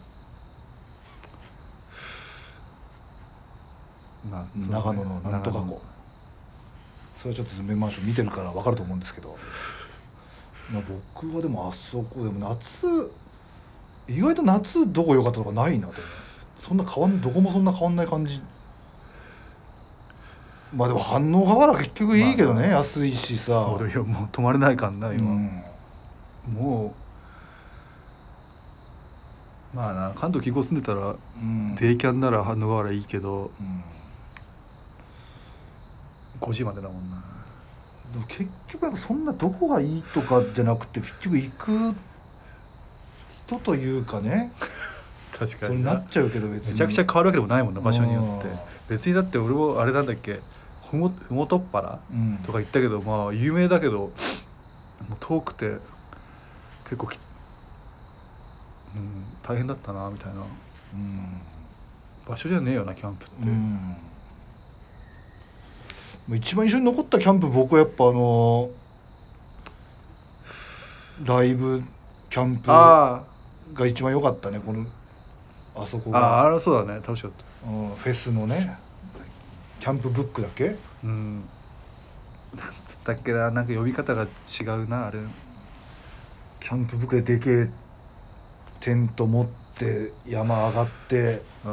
まあね、長野のなんとか湖。それはちょっとズンベンマンション見てるから分かると思うんですけど、まあ、僕はでもあそこでも夏意外と夏どこ良かったとかないなと。そんな変わんどこもそんな変わんない感じ。まあでも反応河原結局いいけどね、まあ、安いしさ。 俺いやもう泊まれないかんな今、うん、もうまあな、関東近郊住んでたら、うん、デイキャンなら反応河原いいけど、うん、ごじまでだもんな。 でも結局そんなどこがいいとかじゃなくて、結局行く人というかね確かにそうなっちゃうけど、別にめちゃくちゃ変わるわけでもないもんな、場所によって。別にだって俺もあれなんだっけ、ふもふもとっぱら、うん、とか行ったけど、まあ有名だけどもう遠くて結構き、うん、大変だったなみたいな、うん、場所じゃねえよなキャンプって、 うん、一番印象に残ったキャンプ、僕はやっぱあのライブキャンプが一番良かったね。このあそこがああ、そうだね、楽しかった、 うん、フェスのねキャンプブックだっけ、うん、 なんつったっけな、なんか呼び方が違うなあれ。 キャンプブックででけえテント持って山上がって、うん、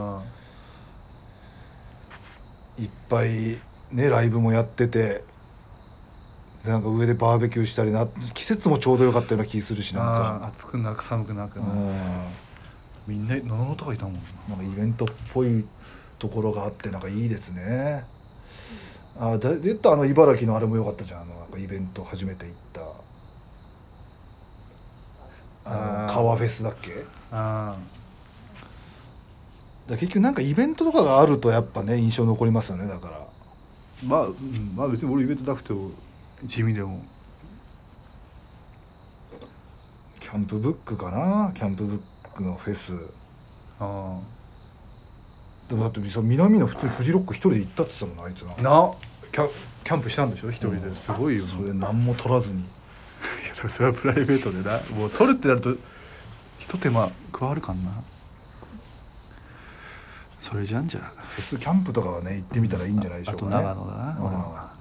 いっぱいねライブもやってて、 でなんか上でバーベキューしたりな、季節もちょうどよかったような気するし、なんか暑くなく寒くなくな、 うんみんなのののとかいたもんな。 なんかイベントっぽいところがあってなんかいいですね。あで言ったあの茨城のあれも良かったじゃん、あのなんかイベント初めて行ったあの川フェスだっけ。 あだ結局なんかイベントとかがあるとやっぱね印象残りますよね。だからまあ、うん、まあ別に俺イベントなくても地味でもキャンプブックかな、キャンプブックのフェス。 あでもだってさ南の普通にフジロック一人で行ったって言ってたもんな、あいつな。 なキャキャンプしたんでしょ一人で、すごいよな。 それで何も取らずに。 いやそれはプライベートでな、もう取るってなると一手間加わるかんな。それじゃんじゃあフェスキャンプとかはね行ってみたらいいんじゃないでしょうかね。 あと長野だな、 うん俺は、 はい、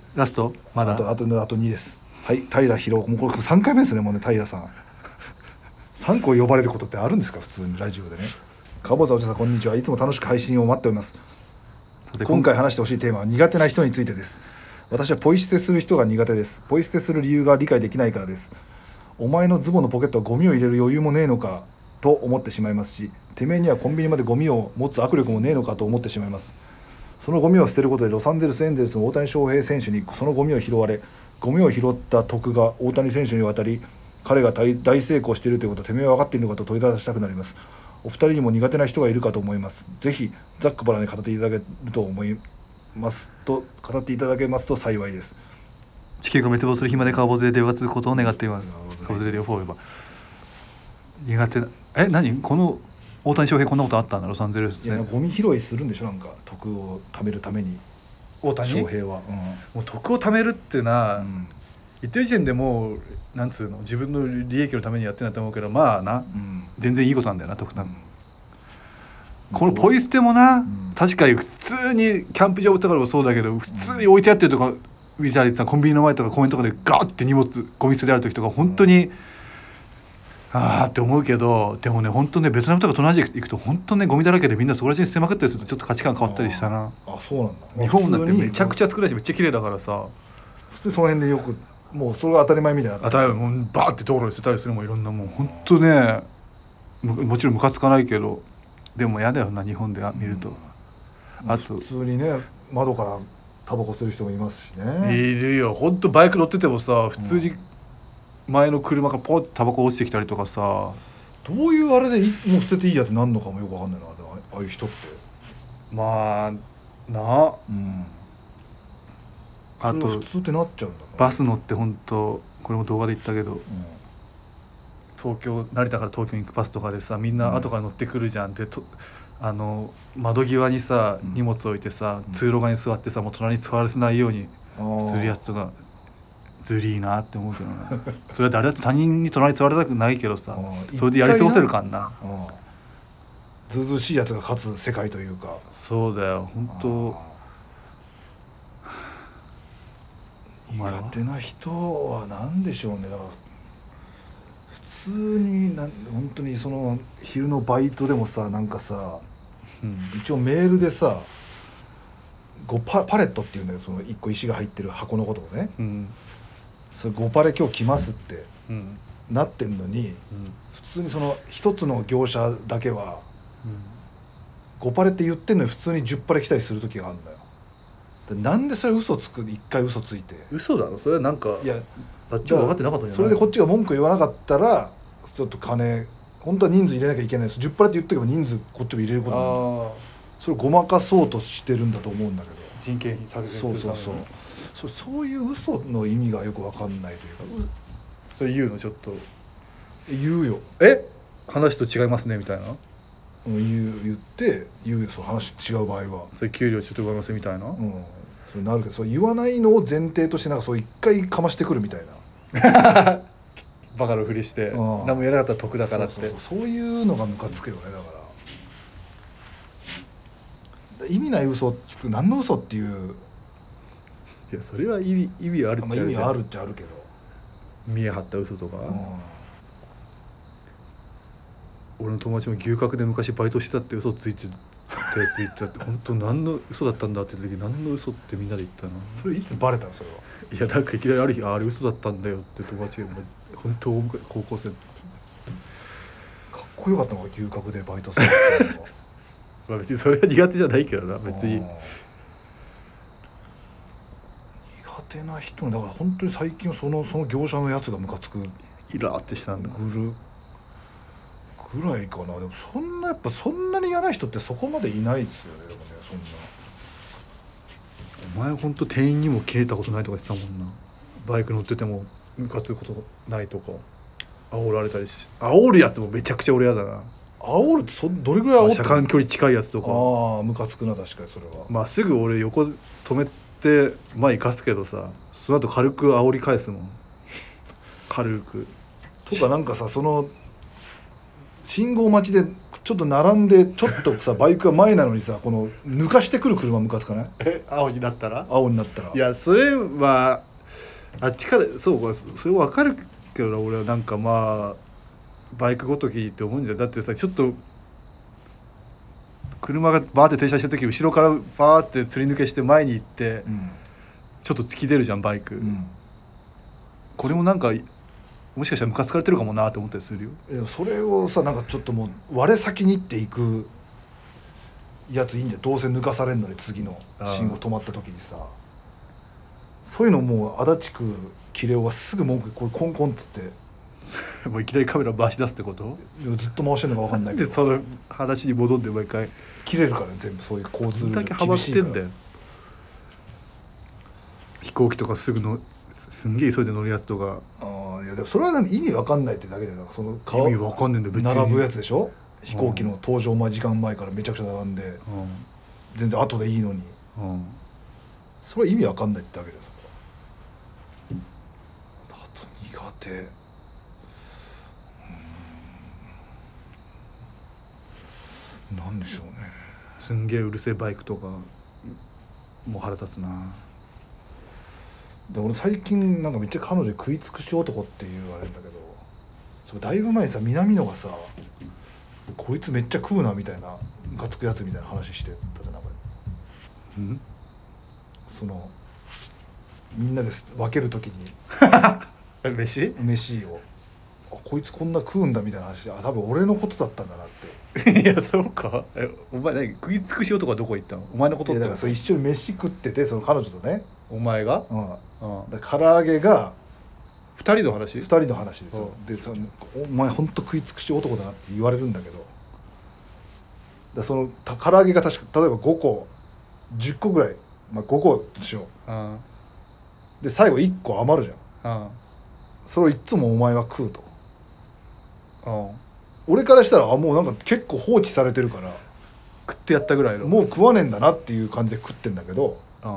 ラストまだあとあとあとにです。はい、平博もうこれさんかいめですねもうね。平さんさんこ呼ばれることってあるんですか普通にラジオでね。かぼざおじさんこんにちは。いつも楽しく配信を待っております。今回話してほしいテーマは苦手な人についてです。私はポイ捨てする人が苦手です。ポイ捨てする理由が理解できないからです。お前のズボンのポケットはゴミを入れる余裕もねえのかと思ってしまいますし、てめえにはコンビニまでゴミを持つ握力もねえのかと思ってしまいます。そのゴミを捨てることでロサンゼルスエンゼルスの大谷翔平選手にそのゴミを拾われ、ゴミを拾った徳が大谷選手に渡り、彼が大成功しているということをてめえは分かっているのかと問いただしたくなります。お二人にも苦手な人がいるかと思います。ぜひザックバラに語っていただけると思いますと語っていただけますと幸いです。 地球が滅亡する日までカーボーズレディオが続くことを願っています。 なるほどねカーボーズレディオフォーエバー。苦手なえ何この大谷翔平こんなことあったんだロサンゼルスで。 いやゴミ拾いするんでしょ、なんか徳を貯めるために。 大谷翔平は、 もう得を貯めるってな、 うんうん言ってる時点でもうなんつうの自分の利益のためにやってるなと思うけど、まあな、 うん全然いいことなんだよな得な、 うんこのポイ捨てもな、 ん確かに普通にキャンプ場とかでもそうだけど普通に置いてあってるとか見たりさ、コンビニの前とか公園とかでガーって荷物ゴミ捨ててある時とか本当に、あーって思うけど、でもね本当ねベトナムとか東南アジア行くと本当ねゴミだらけでみんなそこら中に捨てまくったりするとちょっと価値観変わったりしたな。 あそうなんだ。 日本なんてめちゃくちゃ普作られてめっちゃ綺麗だからさ、 通にその辺でよくもうそれが当たり前みたいな。 あたりもうバーって道路に捨てたりするもんいろんなもん本当ね も, もちろんムカつかないけどでも嫌だよな日本で見ると、うん、あと普通にね窓からタバコ吸う人もいますしね。 いるよ本当バイク乗っててもさ普通に前の車がポッてタバコ落ちてきたりとかさ、 どういうあれでいもう捨てていいやってなんのかもよくわかんないなああいう人って。 まあなうんあと普通ってなっちゃうんだな。 バス乗って本当これも動画で言ったけど、 うん東京成田から東京に行くバスとかでさみんな後から乗ってくるじゃんってとあの窓際にさ荷物置いてさ、うん、通路側に座ってさもう隣に座らせないようにするやつとかずりーなって思うけどなそれは誰だって他人に隣に座りたくないけどさそれでやり過ごせるかんな。 ずうずうしいやつが勝つ世界というか。 そうだよ本当。 苦手な人は何でしょうね。だから普通にな本当にその昼のバイトでもさなんかさ、うん、一応メールでさご パ, パレットっていうんだよそのいっこ石が入ってる箱のことをね、うん、それごパレ今日来ますって、うん、なってんのに、うん、普通にその一つの業者だけは、うん、ごパレって言ってんのに普通にじゅっパレ来たりする時があるんだよ。なんでそれ嘘つく一回嘘ついて嘘だろそれはなんかいやさっちも分かってなかったんじゃない。 それでこっちが文句言わなかったらちょっと金本当は人数入れなきゃいけないです。じゅっパレって言っとけば人数こっちも入れることになる。あそれごまかそうとしてるんだと思うんだけど人件費削減するために。 そうそうそうそうそういう嘘の意味がよく分かんないというか。 それ言うのちょっと言うよ。 え話と違いますねみたいな言う言って言うよ。そう話違う場合はそれ給料ちょっと上乗せみたいな、 うんそれなるけどそう言わないのを前提としてなんかそう一回かましてくるみたいなバカのふりして何もやらなかったら得だからってそうそうそう、そういうのがムカつくよね。だから意味ない嘘をつく何の嘘っていう。 いやそれは意味意味あるっちゃあるじゃん。 意味あるっちゃあるけど見え張った嘘とか、うん、俺の友達も牛角で昔バイトしてたって嘘ついてってやつ言ったって本当何の嘘だったんだって言った時何の嘘ってみんなで言ったな。 それいつバレたのそれは。 いやなんかいきなりある日あれ嘘だったんだよって友達が本当高校生かっこよかったのが牛角でバイトするっていうのはまあ別にそれは苦手じゃないけどな別に。 苦手な人だから本当に最近はそのその業者のやつがムカつくイラーってしたんだぐるぐらいかな。でもそんなやっぱそんなに嫌な人ってそこまでいないですよね。でもねそんなお前ほんと店員にも切れたことないとか言ってたもんな。バイク乗っててもムカつくことないとか煽られたりし煽るやつもめちゃくちゃ俺やだな。 煽るってそどれぐらい煽って車間距離近いやつとかああムカつくな確かにそれは。 まあすぐ俺横止めて前行かすけどさその後軽く煽り返すもん軽くとかなんかさその信号待ちでちょっと並んでちょっとさバイクが前なのにさこの抜かしてくる車ムカつかない？ え青になったら青になったら。 いやそれはあっちからそうかそれ分かるけどな俺はなんかまあバイクごときって思うんじゃだってさちょっと車がバーって停車した時後ろからバーってすり抜けして前に行って、うん、ちょっと突き出るじゃんバイク、うん、これもなんかもしかしたらムカつかれてるかもなと思ったりするよ。 でもそれをさなんかちょっともう我先にっていくやついいんじゃん。どうせ抜かされんのに次の信号止まった時にさそういうのもう足立区キレオがすぐ文句これコンコンって言ってもういきなりカメラ回し出すってこと？ ずっと回してるのか分かんないけどでその話に戻って毎回切れるからね全部そういう交通ルールだけハマってんだよ。飛行機とかすぐのすんげえ急いで乗るやつとか。 ああいやでもそれは意味わかんないってだけでその意味わかんねえんだよ別に並ぶやつでしょ。飛行機の搭乗前時間前からめちゃくちゃ並んで、うん、全然後でいいのに、うん、それは意味わかんないってだけでさ。あと苦手うんなんでしょうね。 すんげえうるせえバイクとかもう腹立つな。 で俺最近なんかめっちゃ彼女食い尽くし男っていうあれだけどそれだいぶ前にさ南野がさこいつめっちゃ食うなみたいなムカつくやつみたいな話してたじゃん。なんかんそのみんなで分ける時に飯飯をあこいつこんな食うんだみたいな話であ多分俺のことだったんだなっていやそうかえお前何食い尽くし男はどこ行ったの？お前のことってだからそれ一緒に飯食っててその彼女とねお前が、 うんうん、だから唐揚げがふたりの話？ ふたりの話ですよ。でそのお前ほんと食い尽くし男だなって言われるんだけどだその唐揚げが確か例えばごこじゅっこぐらい、まあ、ごこでしょう、うん、で最後いっこ余るじゃん、うん、それをいっつもお前は食うと、うん、俺からしたらあもうなんか結構放置されてるから食ってやったぐらいのもう食わねえんだなっていう感じで食ってんだけど、うん、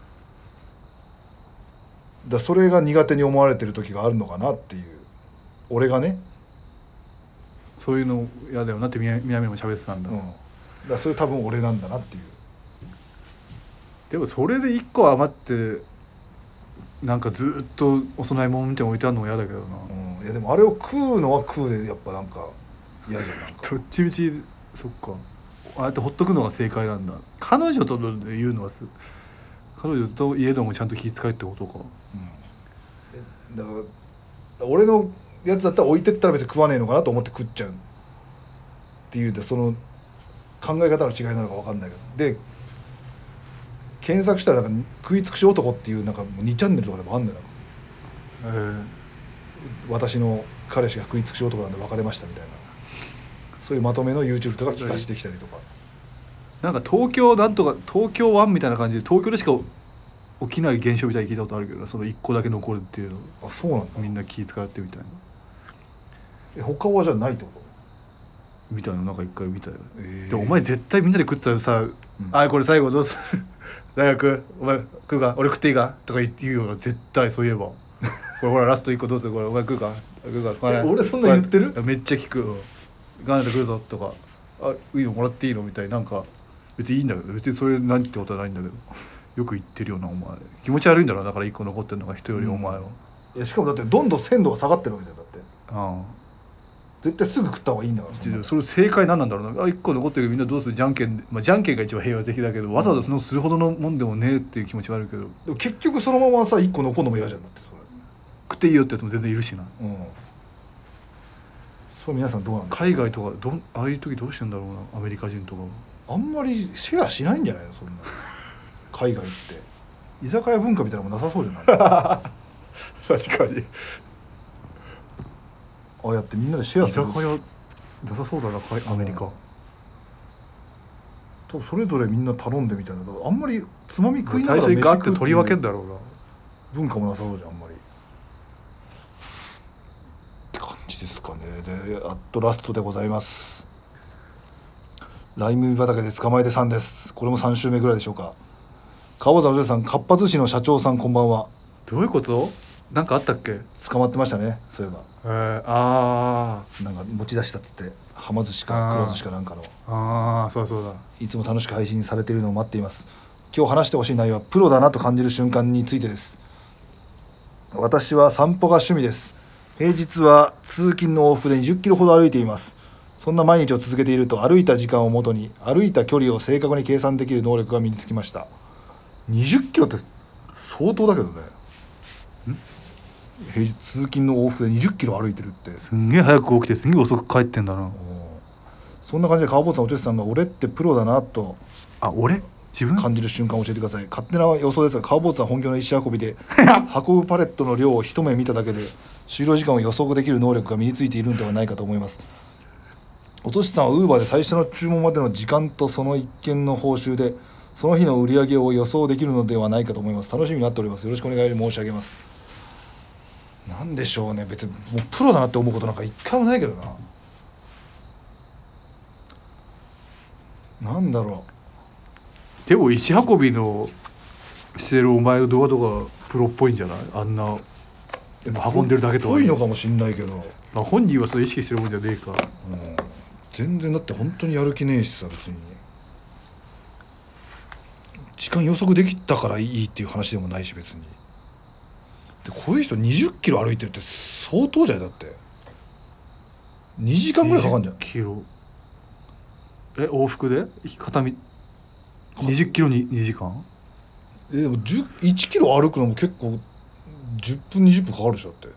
だそれが苦手に思われてる時があるのかなっていう俺がねそういうの嫌だよなって南も喋ってたんだ、うん、だからそれ多分俺なんだなっていう。 でもそれでいっこ余ってなんかずっとお供え物みたいに置いてあるのも嫌だけどな、 うん、いやでもあれを食うのは食うでやっぱなんか嫌じゃん。なんかどっちみちそっかああやってほっとくのが正解なんだ。彼女と言うのはす彼女と家でもちゃんと気遣いってことか、 うん、だから俺のやつだったら置いてったら別に食わねえのかなと思って食っちゃうっていうでその考え方の違いなのか分かんないけどで検索したらなんか食い尽くし男っていうなんかもうにチャンネルとかでもあんねんなんか、えー、私の彼氏が食い尽くし男なんで別れましたみたいなそういうまとめの YouTube とか聞かしてきたりとかなんか東京なんとか東京湾みたいな感じで東京でしか起きない現象みたいに聞いたことあるけどそのいっこだけ残るっていうのあそうなんだみんな気遣ってみたいなえ他はじゃないってことみたいななんか一回見たよ、えー、でお前絶対みんなで食ってたらさ、うん、あこれ最後どうする大学お前食うか俺食っていいかとか言って言うような絶対そういえばこれほらラストいっこどうするこれお前食うか食うか俺そんな言ってるめっちゃ聞くガーネで食うぞとかあいいのもらっていいのみたいななんか別にいいんだけど別にそれ何ってことはないんだけどよく言ってるよなお前気持ち悪いんだろだからいっこ残ってるのが人よりお前は、 うん、いやしかもだってどんどん鮮度が下がってるわけだよだってああ絶対すぐ食った方がいいんだから。そんなのそれ正解何なんだろうな。あいっこ残ってるけどみんなどうするじゃんけん、まあ、じゃんけんが一番平和的だけど、わざわざそのするほどのもんでもねえっていう気持ちはあるけど、 でも結局そのままさいっこ残るのも嫌じゃんだってそれ。 食っていいよってやつも全然いるしな。 うん。それ皆さんどうなんですか。 海外とかどんああいう時どうしてんだろうな、アメリカ人とかは。 あんまりシェアしないんじゃないのそんな。海外って居酒屋文化みたいなのもなさそうじゃない。あ確かにあやってみんなでシェア居する。 酒屋なさそうだなアメリカ。 多分それぞれみんな頼んでみたいな。あんまりつまみ食いながら最初にガッて飯食う取り分けんだろうな。 文化もなさそうじゃんあんまりって感じですかね。であとラストでございます。ライ麦畑で捕まえてさんです。これもさん週目ぐらいでしょうか。川端お嬢さん、かっぱ寿司の社長さんこんばんは。 どういうこと？なんかあったっけ？ 捕まってましたねそういえば。 えー、あなんか持ち出したっつってはま寿司かくら寿司かなんかの。 ああそうだそうだ。 いつも楽しく配信されているのを待っています。今日話してほしい内容はプロだなと感じる瞬間についてです。私は散歩が趣味です。平日は通勤の往復でにじゅっキロほど歩いています。そんな毎日を続けていると歩いた時間をもとに歩いた距離を正確に計算できる能力が身につきました。にじゅっキロって相当だけどね。平日通勤の往復でにじゅっキロ歩いてるってすんげえ早く起きてすんげえ遅く帰ってんだな。 そんな感じで川本さんおちょしさんが俺ってプロだなとあ俺自分感じる瞬間を教えてください。勝手な予想ですが川本さん本業の石運びで運ぶパレットの量を一目見ただけで終了時間を予測できる能力が身についているのではないかと思います。おとしさんはウーバーで最初の注文までの時間とその一件の報酬でその日の売り上げを予想できるのではないかと思います。楽しみになっております。よろしくお願い申し上げます。なんでしょうね、別にもうプロだなって思うことなんか一回もないけどな。なんだろでも石運びのしてるお前の動画とかプロっぽいんじゃない？あんなう運んでるだけとはいえぽいのかもしんないけど、 まあ、本人はそれ意識してるもんじゃねえか。 うん、全然だって本当にやる気ねえしさ、別に時間予測できたからいいっていう話でもないし、別にでこういう人にじゅっキロ歩いてるって相当じゃない。だってにじかんぐらいかかんじゃん。 にじゅっキロえ往復で片道にじゅっキロににじかん。 えでもいちキロ歩くのも結構じゅっぷんにじゅっぷんかかるでしょ。だって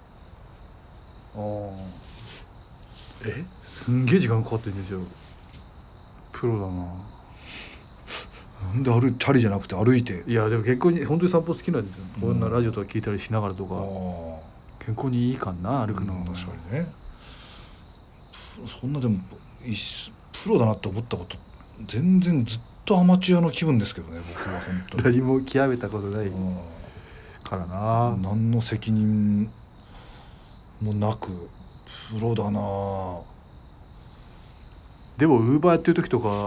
あえすんげえ時間かかってるんでしょ。プロだな。 なんで歩いチャリじゃなくて歩いて。 いやでも健康に本当に散歩好きなんですよ、うん、こんなラジオとか聞いたりしながらとか健康にいいかな歩くの、 うん、確かにね。そんなでもプロだなって思ったこと全然ずっとアマチュアの気分ですけどね、僕は本当に何も極めたことないからな。 何の責任もなくプロだな。 でもウーバーやってる時とか、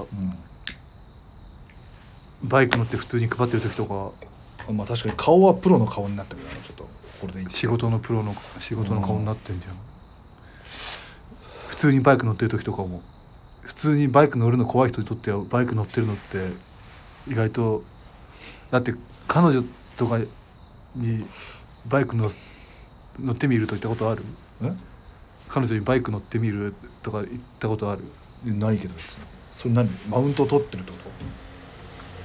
うん、 バイク乗って普通に配ってる時とか、 まあ確かに顔はプロの顔になってるからちょっとこれでいい。 仕事のプロの仕事の顔になってんじゃん、うん、普通にバイク乗ってる時とかも普通にバイク乗るの怖い人にとってはバイク乗ってるのって意外とだって彼女とかにバイク乗乗ってみると言ったことある？ え彼女にバイク乗ってみるとか言ったことある？ ないけど別に。それ何マウントを取ってるってこと？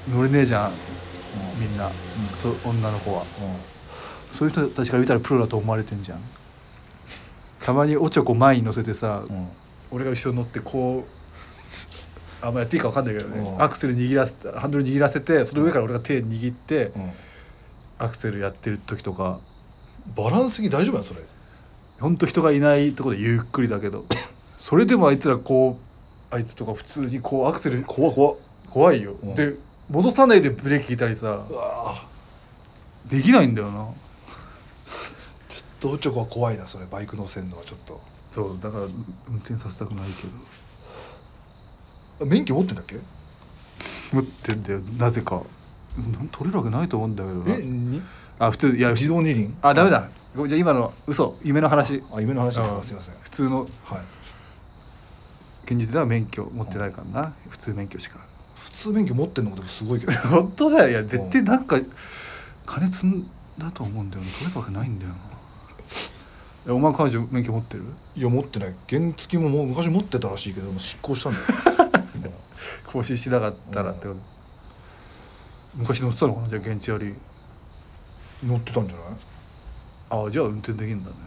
乗れねえじゃんみんな、うん、そう女の子は、うん、そういう人たちから見たらプロだと思われてんじゃん。たまにおちょこ前に乗せてさ、うん、俺が後ろ乗ってこうあんまやっていいか分かんないけどね、うん、アクセル握らせハンドル握らせてその上から俺が手握って、うん、アクセルやってる時とかバランスに大丈夫やそれ。 ほんと人がいないところでゆっくりだけどそれでもあいつらこうあいつとか普通にこうアクセル怖怖怖いよ、うん、で戻さないでブレーキ引いたりさできないんだよな。 ちょっとおちょこは怖いなそれ。バイク乗せんのはちょっと。 そうだから運転させたくないけど。免許持ってんだっけ？ 持ってんだよなぜか。取れるわけないと思うんだけどな。 えにあ普通いや自動二輪。 あダメだ。じゃあ今の嘘夢の話。 あ夢の話です。すいません。 普通の、 はい、 現実では免許持ってないからな、うん、普通免許しか。 普通免許持ってんのもでもすごいけど本当だよ。いや絶対なんか金積んだと思うんだよね。取れるわけないんだよな。 えお前彼女免許持ってる？ いや持ってない。原付ももう昔持ってたらしいけども執行したんだよ更新しなかったらってこと。昔乗ってたのかなじゃあ原チャリ。 乗ってたんじゃない？ ああじゃあ運転できるんだね。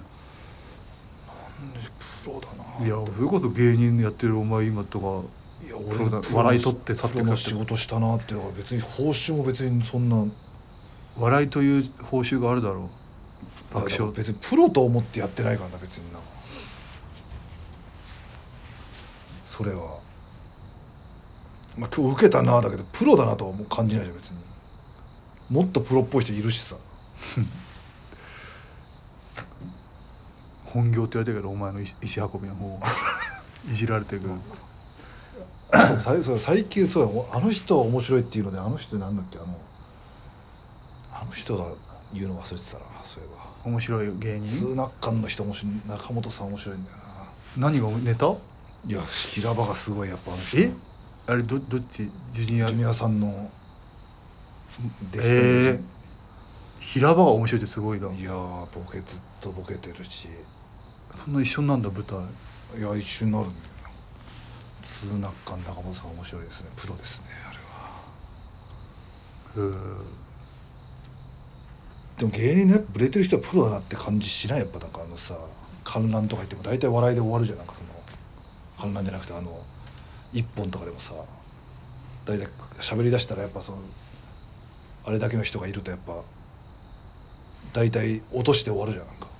プロだな。 いやそれこそ芸人やってるお前今とかいやプロだ俺プロ笑い取って去ってプロのくって仕事したなって。だから別に報酬も別にそんな笑いという報酬があるだろう。爆笑。 別にプロと思ってやってないからな別にな。それはまあ今日受けたなだけどプロだなとはもう感じないじゃん別に。もっとプロっぽい人いるしさ本業って言われてるけどお前の石石運びの方いじられてる最そう最近そうあの人は面白いっていうのであの人なんだっけあのあの人が言うの忘れてたなそういえば。 面白い芸人。 スナッカンの人面白い中本さん面白いんだよな。何がネタ？ いや平場がすごいやっぱあの人。 えあれ ど, どっちジュニアジュニアさんの弟子とえー、平場が面白いってすごいな。 いやボケずっとボケてるし。 そんな一緒なんだ舞台。 いや一緒になるんだよ。ツーナッカン中本さん面白いですね。プロですねあれは。 へでも芸人ねブレてる人はプロだなって感じしない。やっぱなんかあのさ観覧とか言っても大体笑いで終わるじゃん。なんかその観覧じゃなくてあの一本とかでもさ大体喋り出したらやっぱそのあれだけの人がいるとやっぱ大体落として終わるじゃん。なんか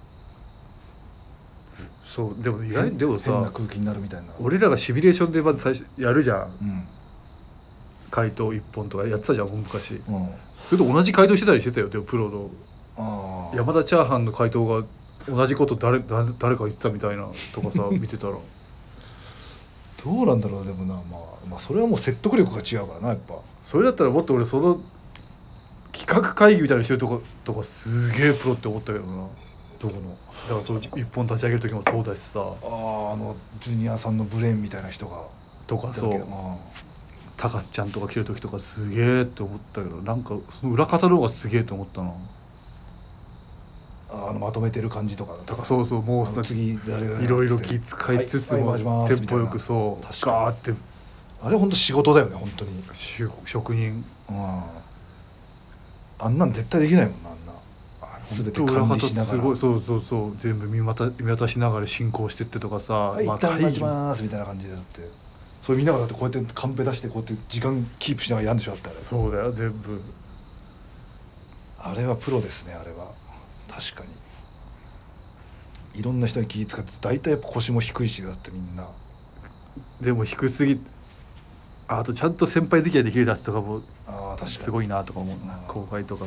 そうでも意外にでもさ変な空気になるみたいな。 俺らがシミュレーションでまず最初やるじゃん、 うん、 回答一本とかやってたじゃん昔、 うん、 それと同じ回答してたりしてたよ。でもプロのあ山田チャーハンの回答が同じこと誰誰誰か言ってたみたいなとかさ見てたらどうなんだろう。でもな、まあ、まあそれはもう説得力が違うからなやっぱ。 それだったらもっと俺その企画会議みたいなのしてるとことかすげえプロって思ったけどな。 どこのだからその一本立ち上げる時もそうだしさ。 あああのジュニアさんのブレーンみたいな人がとかそうタカちゃんとか切る時とかすげえって思ったけどなんかその裏方の方がすげえと思ったな。 ああのまとめてる感じとかだからそうそうもうさ次誰がいろいろ気遣いつつも、はいはい、テンポよくそうガーってあれ本当仕事だよね本当に。 職人、 うん、あんなん絶対できないもんな。あんな全て管理しながらすごいそうそうそう全部見渡見渡しながら進行してってとかさ、 はい、まあ、一旦待ちますみたいな感じでだってそれ見ながらだってこうやってカンペ出してこうやって時間キープしながらやるんでしょ。だってあれそうだよ全部あれはプロですね。あれは確かにいろんな人に気使って大体やっぱ腰も低いしだってみんなでも低すぎ あ, あとちゃんと先輩付き合いできるやつとかもあ確かにすごいなとか思う後輩とかも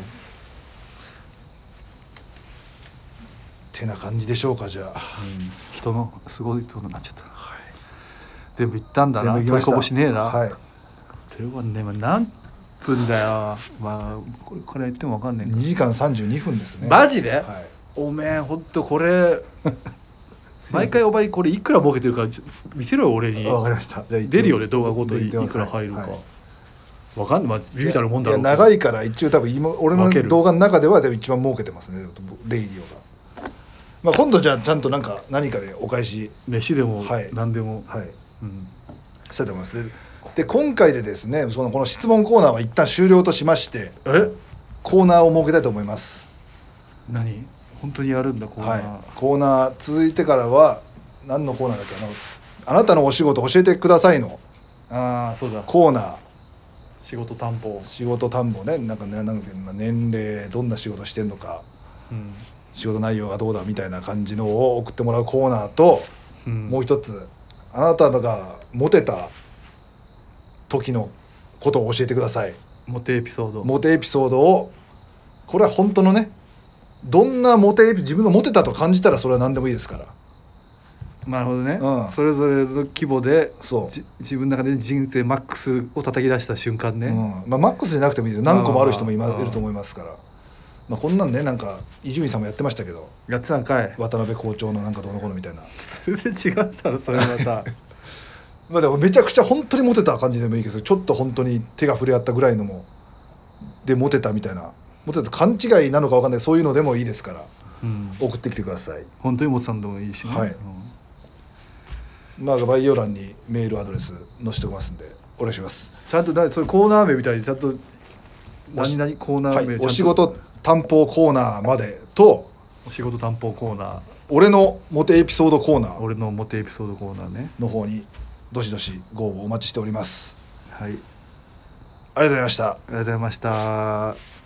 てな感じでしょうか。じゃあ、うん、 人のすごいことになっちゃった、はい、全部言ったんだな。 全部行きました。 取りこぼしねえな。 はい。 ということでね、まあ、何分だよ。まあこれから言っても分かんねえか。 にじかんさんじゅうにふんですね。 マジで？ はい、 おめえほんとこれ毎回お前これいくら儲けてるか見せろよ俺に。 わかりました。 出るよね動画ごとにいくら入るか。はいはい、分かんない、まあ、ビビたるもんだろう。 いや長いから一応多分今俺の動画の中ではでも一番儲けてますねレイディオが。まあ、今度じゃあちゃんとなんか何かでお返し飯でも何でも、 はいはい、うん、したいと思います。で今回でですねそのこの質問コーナーは一旦終了としましてえコーナーを設けたいと思います。 何本当にやるんだコーナー、 はい、コーナー続いてからは何のコーナーだっけあのあなたのお仕事教えてくださいのああそうだコーナー。 仕事担保仕事担保ねなんかねなんか年齢どんな仕事してんのか、うん、仕事内容がどうだみたいな感じのを送ってもらうコーナーと、うん、もう一つあなたがモテた時のことを教えてください。 モテエピソードモテエピソードをこれは本当のねどんなモテエピ自分がモテたと感じたらそれは何でもいいですから。 なるほどね、 うん、 それぞれの規模でそう自分の中で人生マックスを叩き出した瞬間ね、 うんまあ、マックスじゃなくてもいいですよ。何個もある人も今いると思いますから、まあ、こんなんねなんか伊集院さんもやってましたけどやってたんかい渡辺校長のなんかどうのこうのみたいな全然違うだろそれまたまあでもめちゃくちゃ本当にモテた感じでもいいけどちょっと本当に手が触れ合ったぐらいのもでモテたみたいなモテた勘違いなのか分かんないそういうのでもいいですから、 うん送ってきてください。 本当にもさんでもいいしね、 はいまあ概要欄にメールアドレス載せておきますんでお願いします。 ちゃんとだそれコーナー名みたいにちゃんと何々コーナー名、 はい、 ちゃんとお仕事担保コーナーまでとお仕事担保コーナー、 俺のモテエピソードコーナー俺のモテエピソードコーナーね。 の方にどしどしご応募お待ちしております。 はい、ありありがとうございました。 がとうございました。